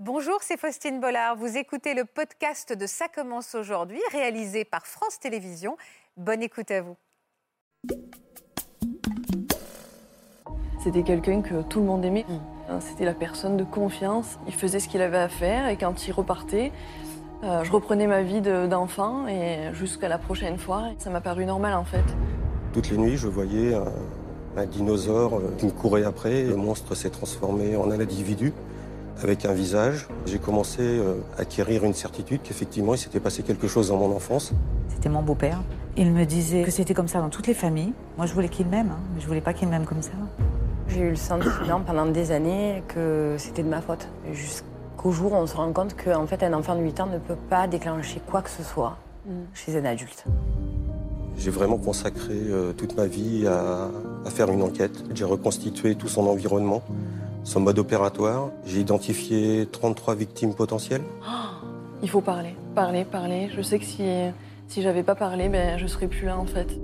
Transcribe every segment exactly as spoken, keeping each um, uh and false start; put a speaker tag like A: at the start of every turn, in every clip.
A: Bonjour, c'est Faustine Bollard. Vous écoutez le podcast de Ça commence aujourd'hui, réalisé par France Télévisions. Bonne écoute à vous.
B: C'était quelqu'un que tout le monde aimait. Mmh. C'était la personne de confiance. Il faisait ce qu'il avait à faire et quand il repartait, euh, je reprenais ma vie de, d'enfant et jusqu'à la prochaine fois. Ça m'a paru normal en fait.
C: Toutes les nuits, je voyais un, un dinosaure qui me courait après. Le monstre s'est transformé en un individu avec un visage. J'ai commencé à acquérir une certitude qu'effectivement, il s'était passé quelque chose dans mon enfance.
D: C'était mon beau-père. Il me disait que c'était comme ça dans toutes les familles. Moi, je voulais qu'il m'aime, hein, mais je voulais pas qu'il m'aime comme ça.
E: J'ai eu le sentiment pendant des années que c'était de ma faute. Jusqu'au jour où on se rend compte qu'en fait, un enfant de huit ans ne peut pas déclencher quoi que ce soit mmh. chez un adulte.
C: J'ai vraiment consacré euh, toute ma vie à, à faire une enquête. J'ai reconstitué tout son environnement, son mode opératoire. J'ai identifié trente-trois victimes potentielles.
B: Oh, il faut parler, parler, parler. Je sais que si, si j'avais pas parlé, ben, je serais plus là en fait.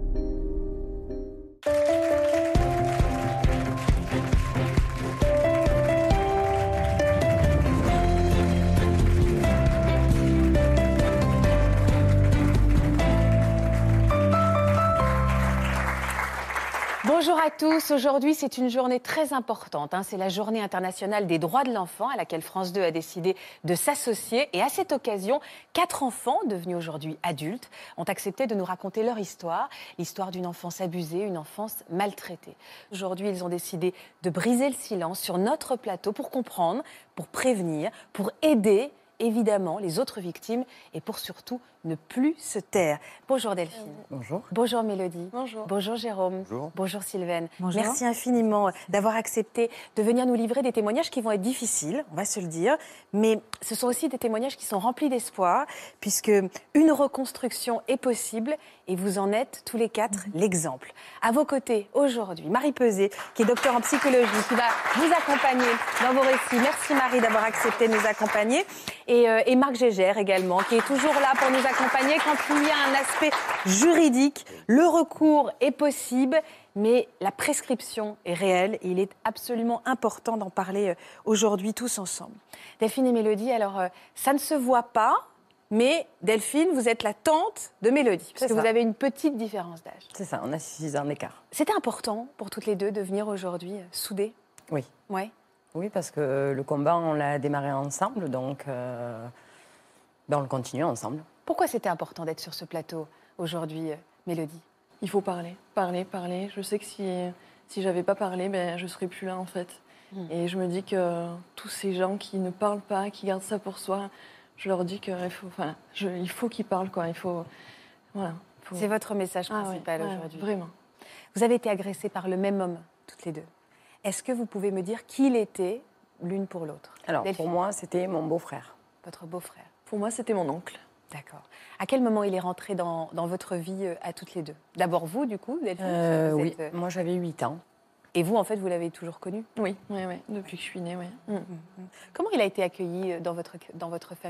A: Bonjour à tous. Aujourd'hui, c'est une journée très importante. Hein. C'est la journée internationale des droits de l'enfant à laquelle France deux a décidé de s'associer. Et à cette occasion, quatre enfants, devenus aujourd'hui adultes, ont accepté de nous raconter leur histoire. L'histoire d'une enfance abusée, une enfance maltraitée. Aujourd'hui, ils ont décidé de briser le silence sur notre plateau pour comprendre, pour prévenir, pour aider évidemment les autres victimes et pour surtout ne plus se taire. Bonjour Delphine.
C: Bonjour.
A: Bonjour Mélodie.
B: Bonjour.
A: Bonjour Jérôme.
C: Bonjour.
A: Bonjour Sylvaine.
D: Bonjour.
A: Merci infiniment d'avoir accepté de venir nous livrer des témoignages qui vont être difficiles, on va se le dire, mais ce sont aussi des témoignages qui sont remplis d'espoir puisque une reconstruction est possible et vous en êtes tous les quatre mmh. l'exemple. À vos côtés aujourd'hui, Marie Peuzet, qui est docteur en psychologie, qui va vous accompagner dans vos récits. Merci Marie d'avoir accepté de nous accompagner. Et, euh, et Marc Gégère également, qui est toujours là pour nous accompagner quand il y a un aspect juridique. Le recours est possible, mais la prescription est réelle et il est absolument important d'en parler aujourd'hui tous ensemble. Delphine et Mélodie, alors euh, ça ne se voit pas, mais Delphine, vous êtes la tante de Mélodie, parce que vous avez une petite différence d'âge.
E: C'est ça, on a six ans d'écart.
A: C'était important pour toutes les deux de venir aujourd'hui euh, soudées ?
E: Oui.
A: Ouais.
E: Oui, parce que le combat, on l'a démarré ensemble, donc euh, ben on le continue ensemble.
A: Pourquoi c'était important d'être sur ce plateau aujourd'hui, euh, Mélodie ?
B: Il faut parler, parler, parler. Je sais que si, si j'avais pas parlé, ben, je serais plus là en fait. Mmh. Et je me dis que tous ces gens qui ne parlent pas, qui gardent ça pour soi, je leur dis qu'il faut, enfin, je, il faut qu'ils parlent, quoi. Il faut, voilà. Faut...
A: C'est votre message
B: ah,
A: principal
B: ouais,
A: aujourd'hui.
B: Ouais, vraiment.
A: Vous avez été agressées par le même homme, toutes les deux. Est-ce que vous pouvez me dire qui il était l'une pour l'autre ?
E: Alors,
A: Delphine.
E: pour moi, c'était mon beau-frère.
A: Votre beau-frère.
B: Pour moi, c'était mon oncle.
A: D'accord. À quel moment il est rentré dans, dans votre vie euh, à toutes les deux ? D'abord vous, du coup, Delphine
E: euh,
A: vous
E: Oui,
A: êtes, euh...
E: moi j'avais huit ans.
A: Et vous, en fait, vous l'avez toujours connu ?
B: Oui, oui, oui, depuis que je suis née, oui.
A: Mmh. Mmh. Comment il a été accueilli dans votre, dans votre famille ?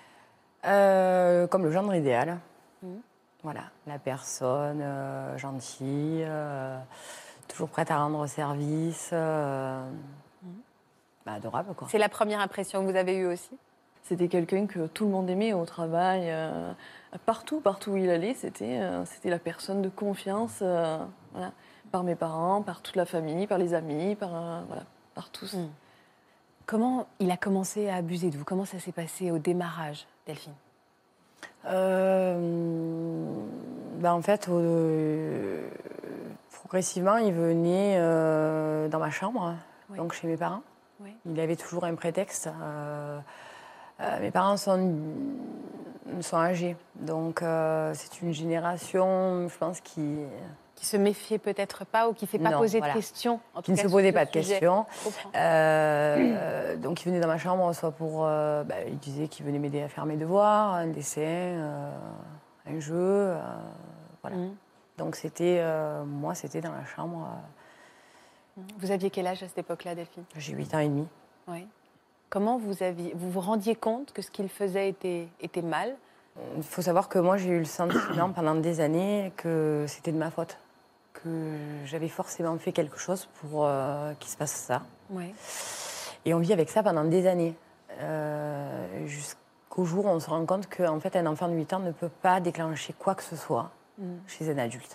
E: euh, Comme le gendre idéal.
A: Mmh.
E: Voilà, la personne euh, gentille, euh, toujours prête à rendre service, euh, mmh. bah, adorable, quoi.
A: C'est la première impression que vous avez eue aussi ?
B: C'était quelqu'un que tout le monde aimait au travail, euh, partout, partout où il allait, c'était, euh, c'était la personne de confiance, euh, voilà, par mes parents, par toute la famille, par les amis, par, euh, voilà, par tous.
A: Mmh. Comment il a commencé à abuser de vous ? Comment ça s'est passé au démarrage, Delphine ?
E: euh, ben En fait, euh, progressivement, il venait euh, dans ma chambre, oui. donc chez mes parents. Oui. Il avait toujours un prétexte. Euh, Euh, mes parents sont, sont âgés, donc euh, c'est une génération, je pense, qui...
A: Qui se méfiait peut-être pas ou qui ne s'est pas
E: non,
A: posé
E: voilà.
A: de questions. En
E: qui
A: tout
E: ne
A: cas,
E: se posait pas de
A: sujet.
E: questions. Euh, euh, donc il venait dans ma chambre, soit pour... Euh, bah, il disait qu'il venait m'aider à faire mes devoirs, un dessin, euh, un jeu, euh, voilà. Mm. Donc c'était... Euh, moi, c'était dans la chambre. Euh...
A: Vous aviez quel âge à cette époque-là, Delphine ?
E: J'ai huit ans et demi.
A: Oui. Comment vous, aviez, vous vous rendiez compte que ce qu'il faisait était, était mal ?
E: Il faut savoir que moi, j'ai eu le sentiment pendant des années que c'était de ma faute, que j'avais forcément fait quelque chose pour euh, qu'il se passe ça.
A: Ouais.
E: Et on vit avec ça pendant des années. euh, jusqu'au jour où on se rend compte qu'en fait, un enfant de huit ans ne peut pas déclencher quoi que ce soit mmh. chez un adulte.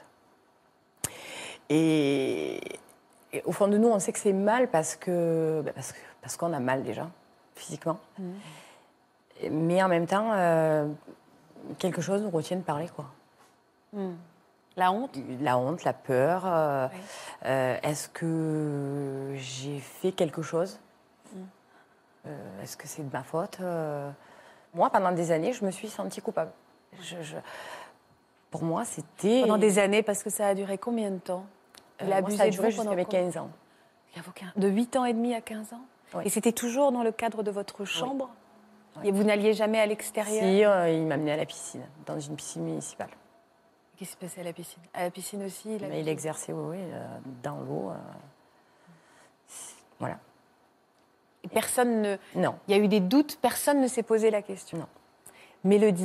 E: Et, et au fond de nous, on sait que c'est mal parce que, bah parce, que, parce qu'on a mal déjà, physiquement. Mmh. Mais en même temps, euh, quelque chose nous retient de parler, quoi.
A: Mmh. La honte ?
E: La honte, la peur. Euh, oui. euh, est-ce que j'ai fait quelque chose ? mmh. euh, Est-ce que c'est de ma faute ? euh, Moi, pendant des années, je me suis sentie coupable. Je, je... Pour moi, c'était...
A: Pendant des années, parce que ça a duré combien de temps ?
E: Il a euh, abusé moi, ça a duré jusqu'à mes quinze ans.
A: De huit ans et demi à quinze ans ? Oui. Et c'était toujours dans le cadre de votre chambre ? oui. Et vous n'alliez jamais à l'extérieur ?
E: Si, euh, il m'amenait à la piscine, dans une piscine municipale.
A: Qu'est-ce qui se passait à la piscine ? À la piscine aussi il,
E: Mais il exerçait, oui, oui, euh, dans l'eau. Euh... Voilà.
A: Et personne ne...
E: Non.
A: Il y a eu des doutes, personne ne s'est posé la question.
E: Non.
A: Mélodie ?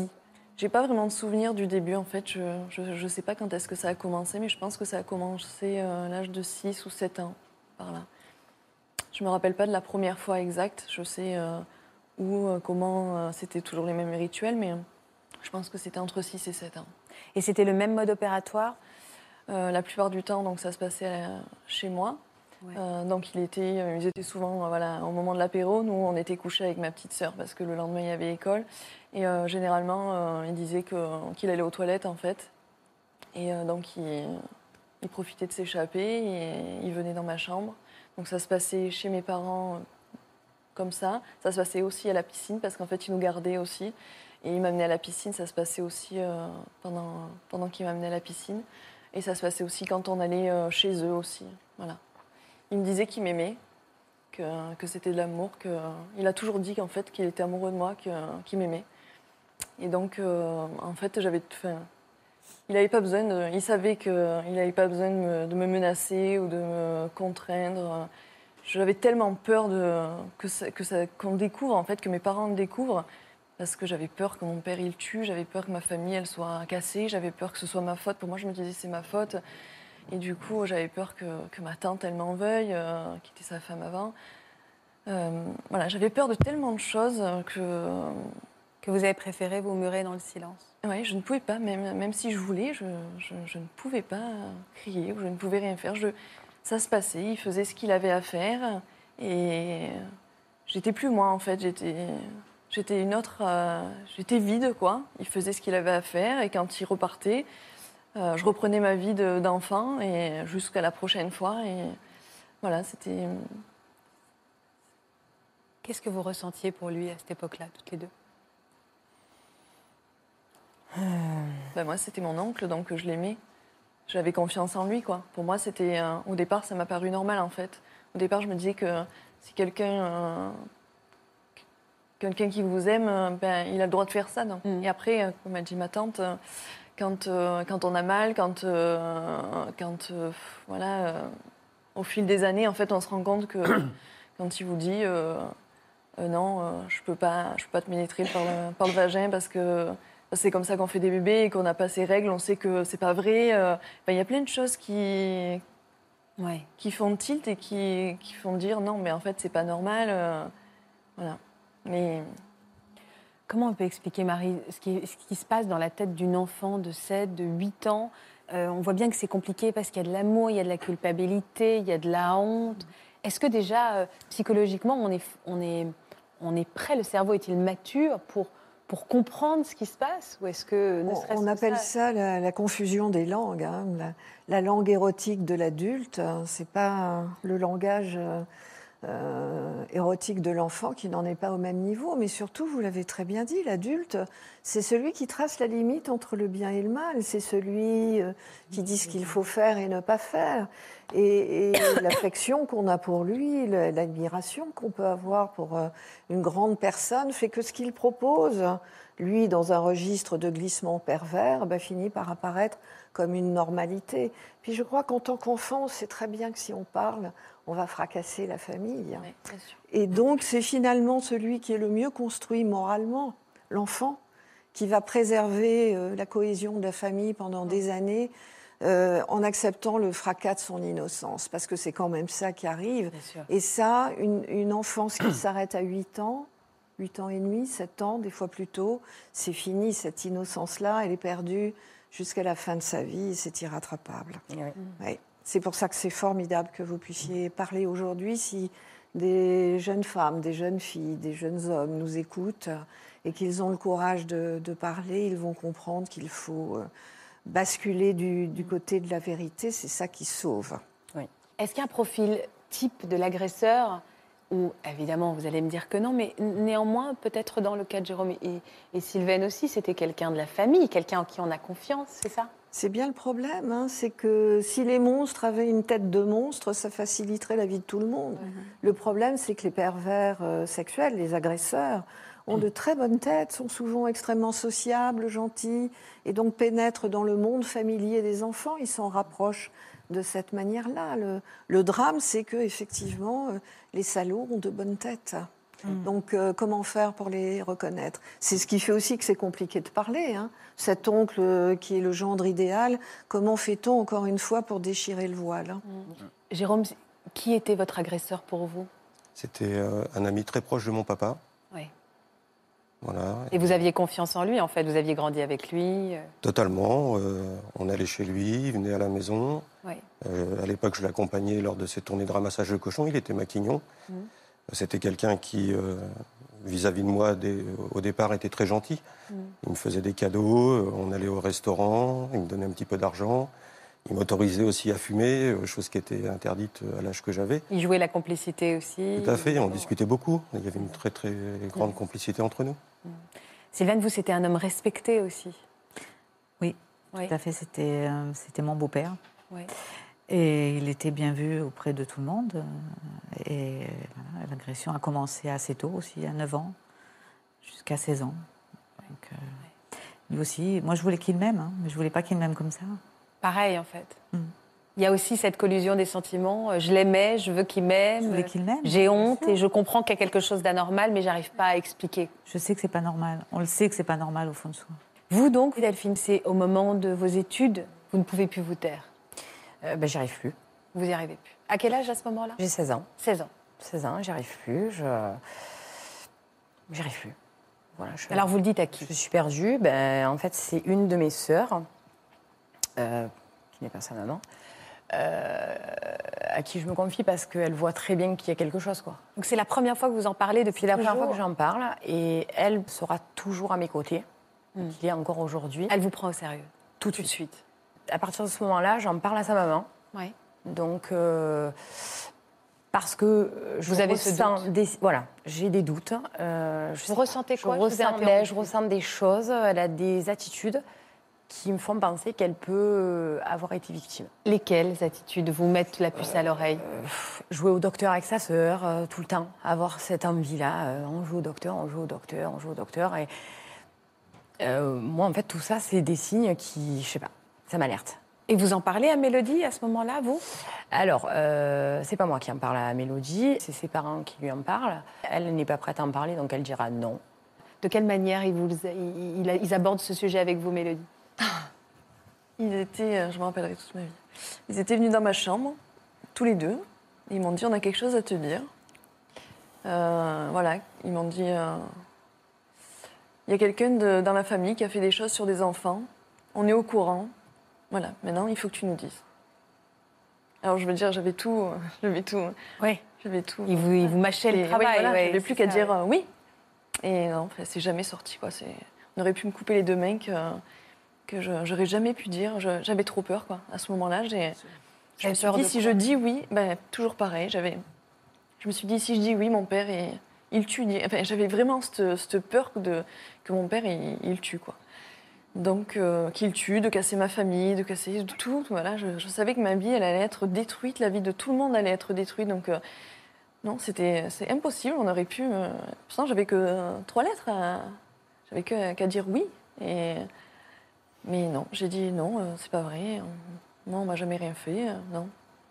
B: J'ai pas vraiment de souvenir du début, en fait. Je, je, je sais pas quand est-ce que ça a commencé, mais je pense que ça a commencé euh, à l'âge de six ou sept ans, par là. Je me rappelle pas de la première fois exacte. Je sais euh, où, euh, comment, euh, c'était toujours les mêmes rituels, mais euh, je pense que c'était entre six et sept ans.
A: Et c'était le même mode opératoire ?
B: euh, La plupart du temps, donc, ça se passait à, chez moi. Ouais. Euh, donc il était, euh, ils étaient souvent euh, voilà, au moment de l'apéro. Nous, on était couchés avec ma petite sœur parce que le lendemain, il y avait école. Et euh, généralement, euh, il disait que, qu'il allait aux toilettes, en fait. Et euh, donc, il, il profitait de s'échapper et il venait dans ma chambre. Donc ça se passait chez mes parents euh, comme ça. Ça se passait aussi à la piscine parce qu'en fait, ils nous gardaient aussi. Et il m'amenait à la piscine, ça se passait aussi euh, pendant, pendant qu'il m'amenait à la piscine. Et ça se passait aussi quand on allait euh, chez eux aussi. Voilà. Il me disait qu'il m'aimait, que, que c'était de l'amour. Que, il a toujours dit qu'en fait, qu'il était amoureux de moi, que, qu'il m'aimait. Et donc, euh, en fait, j'avais... Enfin, il n'avait pas besoin de... Il savait qu'il n'avait pas besoin de me, de me menacer ou de me contraindre. J'avais tellement peur de, que ça, que ça, qu'on découvre, en fait, que mes parents me découvrent. Parce que j'avais peur que mon père, il tue, j'avais peur que ma famille, elle soit cassée, j'avais peur que ce soit ma faute. Pour moi, je me disais, c'est ma faute. Et du coup, j'avais peur que, que ma tante, elle m'en veuille, euh, qui était sa femme avant. Euh, voilà, j'avais peur de tellement de choses que...
A: Que vous avez préféré vous murer dans le silence.
B: Oui, je ne pouvais pas, même, même si je voulais, je, je, je ne pouvais pas crier, ou je ne pouvais rien faire. Je, ça se passait, il faisait ce qu'il avait à faire. Et j'étais plus moi, en fait, j'étais... J'étais une autre, euh, j'étais vide, quoi. Il faisait ce qu'il avait à faire et quand il repartait, euh, je reprenais ma vie de, d'enfant et jusqu'à la prochaine fois. Et voilà, c'était.
A: Qu'est-ce que vous ressentiez pour lui à cette époque-là, toutes les deux ?
B: euh... ben moi, c'était mon oncle, donc je l'aimais. J'avais confiance en lui, quoi. Pour moi, c'était. Euh, au départ, ça m'a paru normal, en fait. Au départ, je me disais que si quelqu'un. Euh, Quelqu'un qui vous aime, ben, il a le droit de faire ça. Donc. Mmh. Et après, comme a dit ma tante, quand, euh, quand on a mal, quand, euh, quand euh, voilà, euh, au fil des années, en fait, on se rend compte que quand il vous dit euh, euh, non, euh, je peux pas, je peux pas te pénétrer par le, par le vagin parce que c'est comme ça qu'on fait des bébés et qu'on n'a pas ces règles, on sait que c'est pas vrai. Euh, ben, y a plein de choses qui, ouais. qui font tilt et qui, qui font dire non, mais en fait, c'est pas normal. Euh, voilà. Mais
A: comment on peut expliquer, Marie, ce qui, ce qui se passe dans la tête d'une enfant de sept, de huit ans ? euh, On voit bien que c'est compliqué parce qu'il y a de l'amour, il y a de la culpabilité, il y a de la honte. Est-ce que déjà, euh, psychologiquement, on est, on, est, on est prêt, le cerveau est-il mature pour, pour comprendre ce qui se passe ? Ou est-ce que, ne
F: on, on appelle ça, ça la, la confusion des langues. Hein. La, la langue érotique de l'adulte, c'est pas le langage... Euh, Euh, érotique de l'enfant qui n'en est pas au même niveau, mais surtout, vous l'avez très bien dit, l'adulte, c'est celui qui trace la limite entre le bien et le mal, c'est celui euh, qui dit ce qu'il faut faire et ne pas faire, et, et l'affection qu'on a pour lui, l'admiration qu'on peut avoir pour euh, une grande personne fait que ce qu'il propose, lui, dans un registre de glissement pervers, bah, finit par apparaître comme une normalité. Puis je crois qu'en tant qu'enfant, on sait très bien que si on parle, on va fracasser la famille. Oui, bien sûr. Et donc, c'est finalement celui qui est le mieux construit moralement, l'enfant, qui va préserver euh, la cohésion de la famille pendant des années euh, en acceptant le fracas de son innocence, parce que c'est quand même ça qui arrive. Et ça, une, une enfance qui s'arrête à huit ans, huit ans et demi, sept ans, des fois plus tôt. C'est fini, cette innocence-là, elle est perdue jusqu'à la fin de sa vie et c'est irrattrapable.
E: Oui.
F: Ouais. C'est pour ça que c'est formidable que vous puissiez parler aujourd'hui. Si des jeunes femmes, des jeunes filles, des jeunes hommes nous écoutent et qu'ils ont le courage de, de parler, ils vont comprendre qu'il faut basculer du, du côté de la vérité. C'est ça qui sauve.
E: Oui.
A: Est-ce qu'il y a un profil type de l'agresseur ou, évidemment, vous allez me dire que non, mais néanmoins, peut-être dans le cas de Jérôme et, et Sylvaine aussi, c'était quelqu'un de la famille, quelqu'un en qui on a confiance, c'est ça ?
F: C'est bien le problème, hein, c'est que si les monstres avaient une tête de monstre, ça faciliterait la vie de tout le monde. Mmh. Le problème, c'est que les pervers euh, sexuels, les agresseurs, ont de très bonnes têtes, sont souvent extrêmement sociables, gentils, et donc pénètrent dans le monde familier des enfants. Ils s'en rapprochent de cette manière-là. Le, le drame, c'est que effectivement, euh, les salauds ont de bonnes têtes. Mmh. Donc, euh, comment faire pour les reconnaître ? C'est ce qui fait aussi que c'est compliqué de parler. Hein. Cet oncle euh, qui est le gendre idéal, comment fait-on, encore une fois, pour déchirer le voile ? Hein ?
A: Mmh. Jérôme, qui était votre agresseur pour vous ?
C: C'était euh, un ami très proche de mon papa.
A: Oui.
C: Voilà.
A: Et vous aviez confiance en lui, en fait ? Vous aviez grandi avec lui ?
C: Totalement. Euh, on allait chez lui, il venait à la maison.
A: Oui.
C: Euh, à l'époque, je l'accompagnais lors de ses tournées de ramassage de cochons. Il était maquignon. Mmh. C'était quelqu'un qui, euh, vis-à-vis de moi, des, au départ, était très gentil. Mmh. Il me faisait des cadeaux, on allait au restaurant, il me donnait un petit peu d'argent. Il m'autorisait aussi à fumer, chose qui était interdite à l'âge que j'avais.
A: Il jouait la complicité aussi.
C: Tout à fait, on discutait beaucoup. Il y avait une très, très grande mmh. complicité entre nous.
A: Mmh. Sylvaine, vous, c'était un homme respecté aussi.
D: Oui,
A: oui.
D: tout à fait. C'était, euh, c'était mon beau-père.
A: Oui.
D: Et il était bien vu auprès de tout le monde. Et voilà, l'agression a commencé assez tôt aussi, à neuf ans, jusqu'à seize ans. Donc, euh, ouais. Lui aussi, moi je voulais qu'il m'aime, hein, mais je ne voulais pas qu'il m'aime comme ça.
A: Pareil en fait.
D: Mm.
A: Il y a aussi cette collusion des sentiments. Je l'aimais, je veux qu'il m'aime.
D: Je voulais qu'il m'aime.
A: J'ai honte et je comprends qu'il y a quelque chose d'anormal, mais je n'arrive pas à expliquer.
D: Je sais que ce n'est pas normal. On le sait que ce n'est pas normal au fond de soi.
A: Vous donc, Delphine, c'est au moment de vos études, vous ne pouvez plus vous taire.
E: Euh, ben, j'y arrive plus.
A: Vous n'y arrivez plus. À quel âge à ce moment-là ?
E: J'ai seize ans.
A: seize ans.
E: seize ans, j'y arrive plus. Je... J'y arrive plus. Voilà, je...
A: Alors vous le dites à qui ?
E: Je suis perdue. Ben, en fait, c'est une de mes sœurs, euh, qui n'est pas sa maman, euh, à qui je me confie parce qu'elle voit très bien qu'il y a quelque chose, quoi.
A: Donc c'est la première fois que vous en parlez depuis
E: C'est la
A: toujours.
E: première fois que j'en parle et elle sera toujours à mes côtés, mmh. qu'il est encore aujourd'hui.
A: Elle vous prend au sérieux ?
E: Tout de suite. suite. À partir de ce moment-là, j'en parle à sa maman.
A: Oui.
E: Donc, euh, parce que je
A: vous avez
E: ressens
A: ce doute.
E: Des, voilà, j'ai des doutes. Euh, je
A: vous ressentez quoi ?
E: je, ressens, ben, je ressens des choses. Elle a des attitudes qui me font penser qu'elle peut avoir été victime.
A: Lesquelles attitudes vous mettent la puce à l'oreille ?
E: euh, Jouer au docteur avec sa sœur euh, tout le temps, avoir cette envie-là. Euh, on joue au docteur, on joue au docteur, on joue au docteur. Et euh, moi, en fait, tout ça, c'est des signes qui, je sais pas, ça m'alerte.
A: Et vous en parlez à Mélodie à ce moment-là, vous ?
E: Alors, euh, c'est pas moi qui en parle à Mélodie, c'est ses parents qui lui en parlent. Elle n'est pas prête à en parler, donc elle dira non.
A: De quelle manière ils, vous, ils, ils, ils abordent ce sujet avec vous, Mélodie ?
B: Ils étaient, je me rappellerai toute ma vie, ils étaient venus dans ma chambre, tous les deux. Ils m'ont dit, on a quelque chose à te dire. Euh, voilà, ils m'ont dit, euh, il y a quelqu'un de, dans la famille qui a fait des choses sur des enfants. On est au courant. Voilà, maintenant, il faut que tu nous dises. Alors, je veux dire, j'avais tout... J'avais tout...
A: Oui.
B: J'avais tout...
A: Il vous, il vous mâchait le travail.
B: Oui, voilà,
A: ouais,
B: j'avais plus qu'à dire euh, oui. Et non, enfin, c'est jamais sorti, quoi. C'est... On aurait pu me couper les deux mains que, que je, j'aurais jamais pu dire. Je, j'avais trop peur, quoi. À ce moment-là, j'ai... Je me suis dit, si je dis oui, ben, toujours pareil. J'avais... Je me suis dit, si je dis oui, mon père, il, il tue. Enfin, j'avais vraiment cette, cette peur de, que mon père, il, il tue, quoi. Donc, euh, qu'il tue, de casser ma famille, de casser tout. Voilà, je, je savais que ma vie, elle allait être détruite, la vie de tout le monde allait être détruite. Donc, euh, non, c'était, c'est impossible. On aurait pu. Euh, pourtant, j'avais que euh, trois lettres. À, j'avais que, qu'à dire oui. Et, mais non, j'ai dit non, euh, c'est pas vrai. On, non, on m'a jamais rien fait. Euh, non.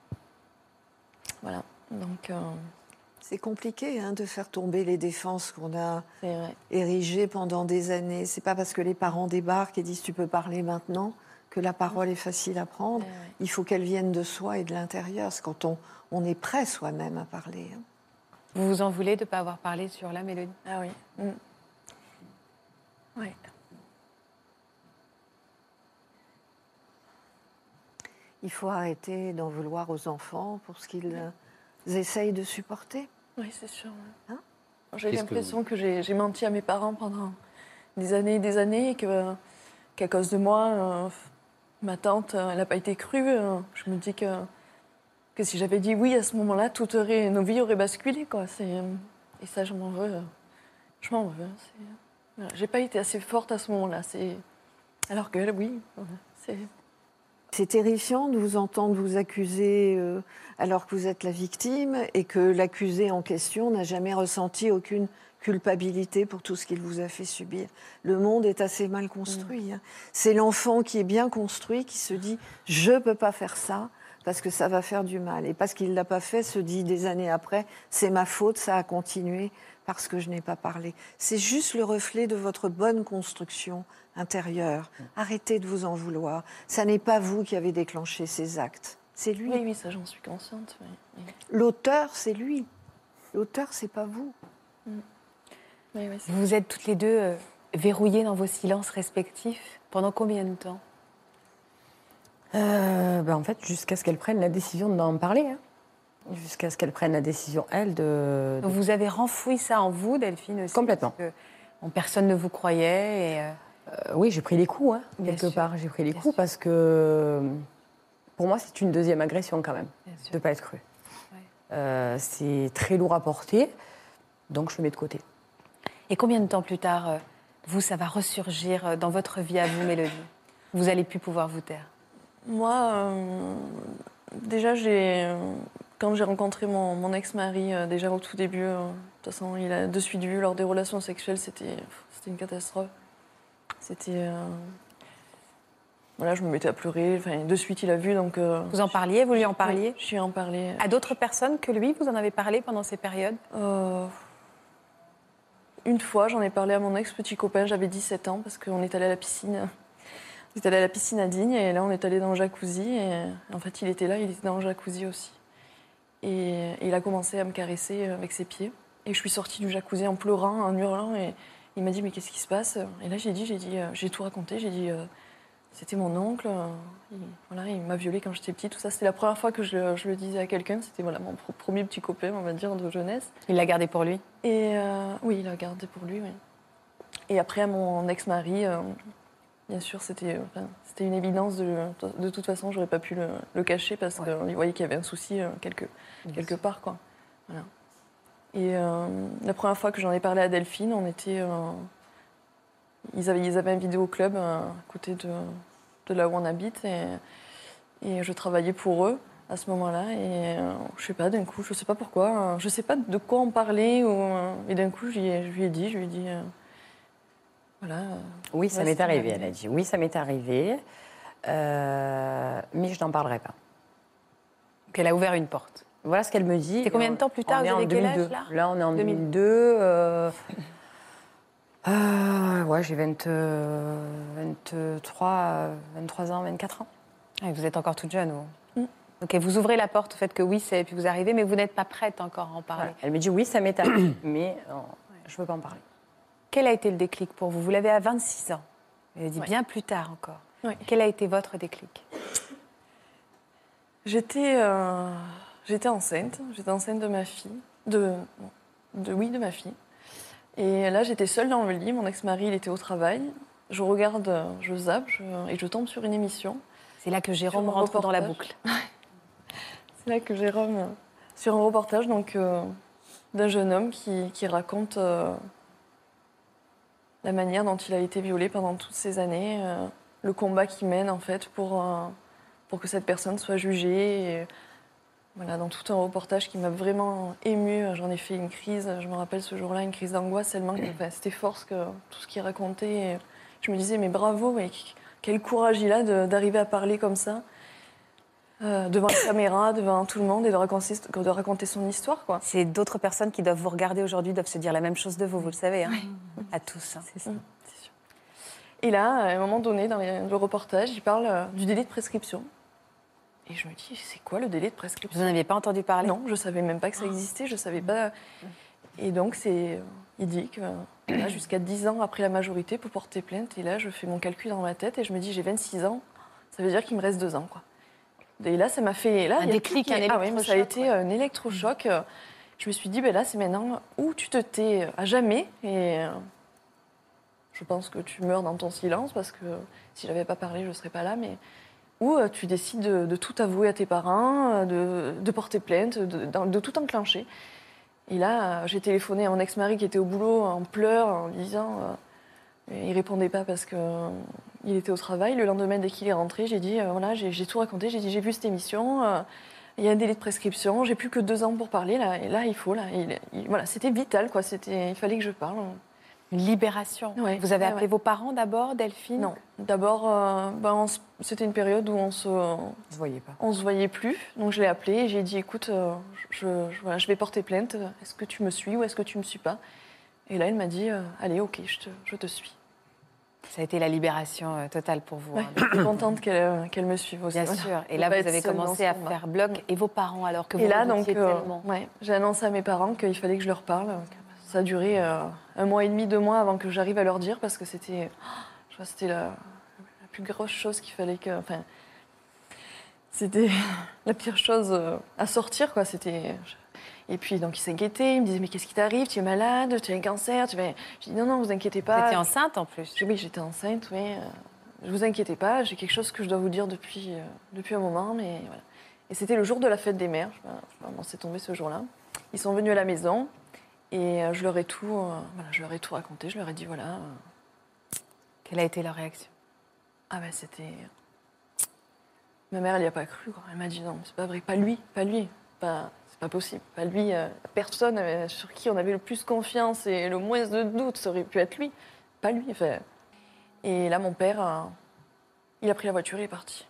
B: Voilà. Donc. Euh,
F: C'est compliqué hein, de faire tomber les défenses qu'on a érigées pendant des années. C'est pas parce que les parents débarquent et disent tu peux parler maintenant que la parole est facile à prendre.
B: Ouais, ouais.
F: Il faut qu'elle vienne de soi et de l'intérieur. C'est quand on, on est prêt soi-même à parler.
A: Vous vous en voulez de ne pas avoir parlé sur la Mélodie?
B: Ah oui. Mm. Oui.
F: Il faut arrêter d'en vouloir aux enfants pour ce qu'ils oui. essayent de supporter.
B: Oui, c'est sûr.
F: Hein
B: j'ai l'impression que, vous... que j'ai, j'ai menti à mes parents pendant des années et des années et que, qu'à cause de moi, euh, ma tante, elle n'a pas été crue. Euh, je me dis que, que si j'avais dit oui à ce moment-là, tout aurait, nos vies auraient basculé. Quoi. C'est, et ça, je m'en veux. Je m'en veux. C'est, voilà. J'ai pas été assez forte à ce moment-là. C'est, alors qu'elle, oui. Voilà, c'est...
F: C'est terrifiant de vous entendre vous accuser euh, alors que vous êtes la victime et que l'accusé en question n'a jamais ressenti aucune culpabilité pour tout ce qu'il vous a fait subir. Le monde est assez mal construit. Hein. C'est l'enfant qui est bien construit qui se dit « je ne peux pas faire ça parce que ça va faire du mal ». Et parce qu'il ne l'a pas fait, se dit des années après « c'est ma faute, ça a continué parce que je n'ai pas parlé ». C'est juste le reflet de votre bonne construction intérieure. Arrêtez de vous en vouloir. Ça n'est pas vous qui avez déclenché ces actes. C'est lui.
B: Oui, oui, ça j'en suis consciente. Oui, oui.
F: L'auteur, c'est lui. L'auteur, c'est pas vous.
B: Mm. Oui, oui, c'est
A: vous vous êtes toutes les deux euh, verrouillées dans vos silences respectifs. Pendant combien de temps?
E: euh, ben En fait, jusqu'à ce qu'elle prenne la décision d'en parler. Hein. Jusqu'à ce qu'elle prenne la décision, elle, de...
A: Donc vous avez renfoui ça en vous, Delphine, aussi?
E: Complètement.
A: Parce que, bon, personne ne vous croyait et... Euh...
E: Euh, oui, j'ai pris les coups, hein, quelque sûr. part. J'ai pris les Bien coups sûr. parce que, pour moi, c'est une deuxième agression quand même, de ne pas être crue. Ouais. Euh, c'est très lourd à porter, donc je le mets de côté.
A: Et combien de temps plus tard, vous, ça va ressurgir dans votre vie à vous, Mélodie? Vous n'allez plus pouvoir vous taire?
B: Moi, euh, déjà, j'ai, euh, quand j'ai rencontré mon, mon ex-mari, euh, déjà au tout début, euh, de toute façon, il a de suite vu lors des relations sexuelles, c'était, c'était une catastrophe. C'était... Euh... Voilà, je me mettais à pleurer. Enfin, de suite, il a vu, donc... Euh...
A: Vous en parliez? Vous lui en parliez?
B: Je lui en parlais.
A: À d'autres personnes que lui, vous en avez parlé pendant ces périodes? euh...
B: Une fois, j'en ai parlé à mon ex-petit copain, j'avais dix-sept ans, parce qu'on est allé à la piscine. On est allé à la piscine à Digne, et là, on est allé dans le jacuzzi. Et en fait, il était là, il était dans le jacuzzi aussi. Et, et il a commencé à me caresser avec ses pieds. Et je suis sortie du jacuzzi en pleurant, en hurlant, et... Il m'a dit, mais qu'est-ce qui se passe? Et là, j'ai dit, j'ai dit, euh, j'ai tout raconté. J'ai dit, euh, c'était mon oncle. Euh, il, voilà, il m'a violée quand j'étais petite. Tout ça, c'était la première fois que je le, je le disais à quelqu'un. C'était voilà, mon premier petit copain, on va dire, de jeunesse.
A: Il l'a gardé pour lui? Et
B: euh, oui, il l'a gardé pour lui, oui. Et après, à mon ex-mari, euh, bien sûr, c'était, enfin, c'était une évidence. De, de toute façon, j'aurais pas pu le, le cacher parce ouais. qu'il voyait qu'il y avait un souci euh, quelque, quelque part, quoi. Voilà. Et euh, la première fois que j'en ai parlé à Delphine, on était, euh, ils, avaient, ils avaient un vidéoclub euh, à côté de, de là où on habite et, et je travaillais pour eux à ce moment-là et euh, je sais pas, d'un coup, je sais pas pourquoi, euh, je sais pas de quoi on parlait ou, euh, et d'un coup, je lui, ai, je lui ai dit, je lui ai dit, euh, voilà. Euh,
E: oui, ça m'est arrivé, elle a dit, oui, ça m'est arrivé, euh, mais je n'en parlerai pas.
A: Donc elle a ouvert une porte.
E: Voilà ce qu'elle me dit.
A: C'est combien de temps plus tard? Vous avez quel âge, là?
E: Là, on est en deux mille deux. Euh... Euh, ouais, j'ai vingt, vingt-trois, vingt-trois ans, vingt-quatre ans.
A: Ah, vous êtes encore toute jeune, vous. Mm. Ok, vous ouvrez la porte au fait que oui, c'est... puis vous arrivez, mais vous n'êtes pas prête encore à en parler.
E: Voilà. Elle me dit oui, ça m'est arrivé, mais euh, je ne veux pas en parler.
A: Quel a été le déclic pour vous? Vous l'avez à vingt-six ans. Elle dit ouais. bien plus tard encore. Ouais. Quel a été votre déclic?
B: J'étais... Euh... J'étais enceinte, j'étais enceinte de ma fille, de, de, oui, de ma fille. Et là, j'étais seule dans le lit, mon ex-mari, il était au travail. Je regarde, je zappe, je, et je tombe sur une émission.
A: C'est là que Jérôme rentre reportage. Dans la boucle.
B: C'est là que Jérôme, sur un reportage donc, euh, d'un jeune homme qui, qui raconte euh, la manière dont il a été violé pendant toutes ces années, euh, le combat qu'il mène, en fait, pour, euh, pour que cette personne soit jugée. Et, Voilà, dans tout un reportage qui m'a vraiment émue. J'en ai fait une crise, je me rappelle ce jour-là, une crise d'angoisse tellement que enfin, c'était force que tout ce qu'il racontait. Et je me disais, mais bravo, mais quel courage il a de, d'arriver à parler comme ça, euh, devant la caméra, devant tout le monde, et de raconter, de raconter son histoire, quoi.
A: C'est d'autres personnes qui doivent vous regarder aujourd'hui, doivent se dire la même chose de vous, vous le savez, hein, oui. À tous. Hein.
B: C'est ça. Mmh, c'est sûr. Et là, à un moment donné, dans le reportage, il parle du délai de prescription. Et je me dis, c'est quoi le délai de prescription ?
A: Vous n'en aviez pas entendu parler ?
B: Non, je ne savais même pas que ça existait, je ne savais pas. Et donc, c'est, il dit que là, jusqu'à dix ans après la majorité pour porter plainte. Et là, je fais mon calcul dans ma tête et je me dis, j'ai vingt-six ans, ça veut dire qu'il me reste deux ans, quoi. Et là, ça m'a fait... Là,
A: un déclic,
B: qui...
A: un électrochoc.
B: Ah oui, ça a été ouais. un électrochoc. Je me suis dit, ben là, c'est maintenant où tu te tais à jamais. Et je pense que tu meurs dans ton silence parce que si je n'avais pas parlé, je ne serais pas là. Mais où tu décides de, de tout avouer à tes parents, de, de porter plainte, de, de, de tout enclencher. Et là, j'ai téléphoné à mon ex-mari qui était au boulot en pleurs, en disant... Euh, il ne répondait pas parce qu'il euh, était au travail. Le lendemain, dès qu'il est rentré, j'ai dit, euh, voilà, j'ai, j'ai tout raconté. J'ai dit, j'ai vu cette émission, euh, il y a un délai de prescription, j'ai plus que deux ans pour parler. Là, et là, il faut... Là, il, il, voilà, c'était vital, quoi. C'était, il fallait que je parle.
A: Une libération.
B: Ouais,
A: Vous avez
B: ouais,
A: appelé
B: ouais.
A: vos parents d'abord, Delphine ?
B: Non. D'abord, euh, ben, on, c'était une période où on se...
E: On se voyait pas.
B: On se voyait plus. Donc, je l'ai appelé et j'ai dit, écoute, euh, je, je, voilà, je vais porter plainte. Est-ce que tu me suis ou est-ce que tu me suis pas ? Et là, elle m'a dit, euh, allez, ok, je te, je te suis.
A: Ça a été la libération euh, totale pour vous.
B: Ouais,
A: hein,
B: je suis contente qu'elle, qu'elle me suive aussi.
A: Bien
B: voilà.
A: sûr. Et là, vous avez commencé à faire bloc. Et vos parents, alors que vous
B: Et là, donc, euh,
A: tellement
B: ouais, j'ai annoncé à mes parents qu'il fallait que je leur parle. Ça a duré euh, un mois et demi, deux mois avant que j'arrive à leur dire parce que c'était, je vois, c'était la, la plus grosse chose qu'il fallait que... Enfin, c'était la pire chose à sortir, quoi. C'était... Et puis, donc, il s'inquiétait. Il me disait, mais qu'est-ce qui t'arrive ? Tu es malade ? Tu as un cancer ? tu vas... Je dis, non, non, vous inquiétez pas.
A: Vous étiez enceinte, en plus ?
B: Oui, j'étais enceinte, oui. Euh, ne vous inquiétez pas, j'ai quelque chose que je dois vous dire depuis, euh, depuis un moment, mais voilà. Et c'était le jour de la fête des mères. Je, je, on s'est tombé ce jour-là. Ils sont venus à la maison et euh, je leur ai tout, euh, voilà, je leur ai tout raconté. Je leur ai dit, voilà. Euh...
A: Quelle a été leur réaction ?
B: Ah ben, c'était... Ma mère, elle n'y a pas cru, quoi. Elle m'a dit, non, c'est pas vrai, pas lui, pas lui, pas... pas possible. Pas lui, euh, personne euh, sur qui on avait le plus confiance et le moins de doute, ça aurait pu être lui. Pas lui. Enfin. Et là, mon père, euh, il a pris la voiture et il est parti.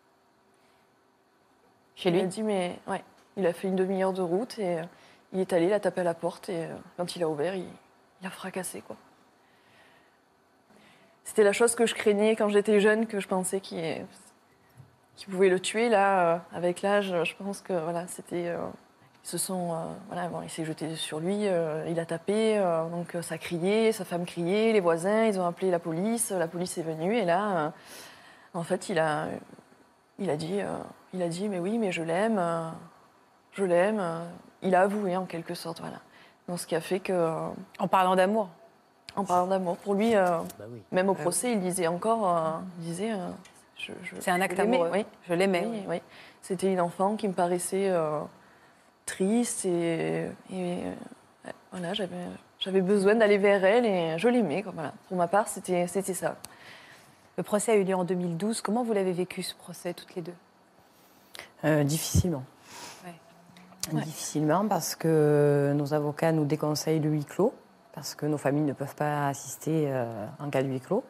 A: Chez lui ?
B: Il a dit, mais ouais, il a fait une demi-heure de route et euh, il est allé, il a tapé à la porte et euh, quand il a ouvert, il, il a fracassé, quoi. C'était la chose que je craignais quand j'étais jeune, que je pensais qu'il, qu'il pouvait le tuer. Là, euh, avec l'âge, je pense que voilà, c'était. Euh, Ils se sont, euh, voilà, bon, il s'est jeté sur lui, euh, il a tapé, euh, donc euh, ça criait, sa femme criait, les voisins, ils ont appelé la police, la police est venue et là, euh, en fait, il a, il a dit, euh, il a dit, mais oui, mais je l'aime, euh, je l'aime. Euh, il a avoué en quelque sorte, voilà. Donc ce qui a fait que, euh,
A: en parlant d'amour,
B: en parlant d'amour, pour lui, euh, bah oui. Même au
A: bah
B: procès, oui. il disait encore, euh, il disait, euh, je, je,
A: c'est un acte
B: je
A: amoureux.
B: Oui,
A: je l'aimais.
B: Oui, oui. C'était une enfant qui me paraissait euh, triste et, et euh, voilà, j'avais, j'avais besoin d'aller vers elle et je l'aimais. Quoi, voilà. Pour ma part, c'était, c'était ça.
A: Le procès a eu lieu en deux mille douze. Comment vous l'avez vécu, ce procès, toutes les deux ?
E: euh, Difficilement. Ouais. Difficilement parce que nos avocats nous déconseillent le huis clos, parce que nos familles ne peuvent pas assister euh, en cas de huis clos.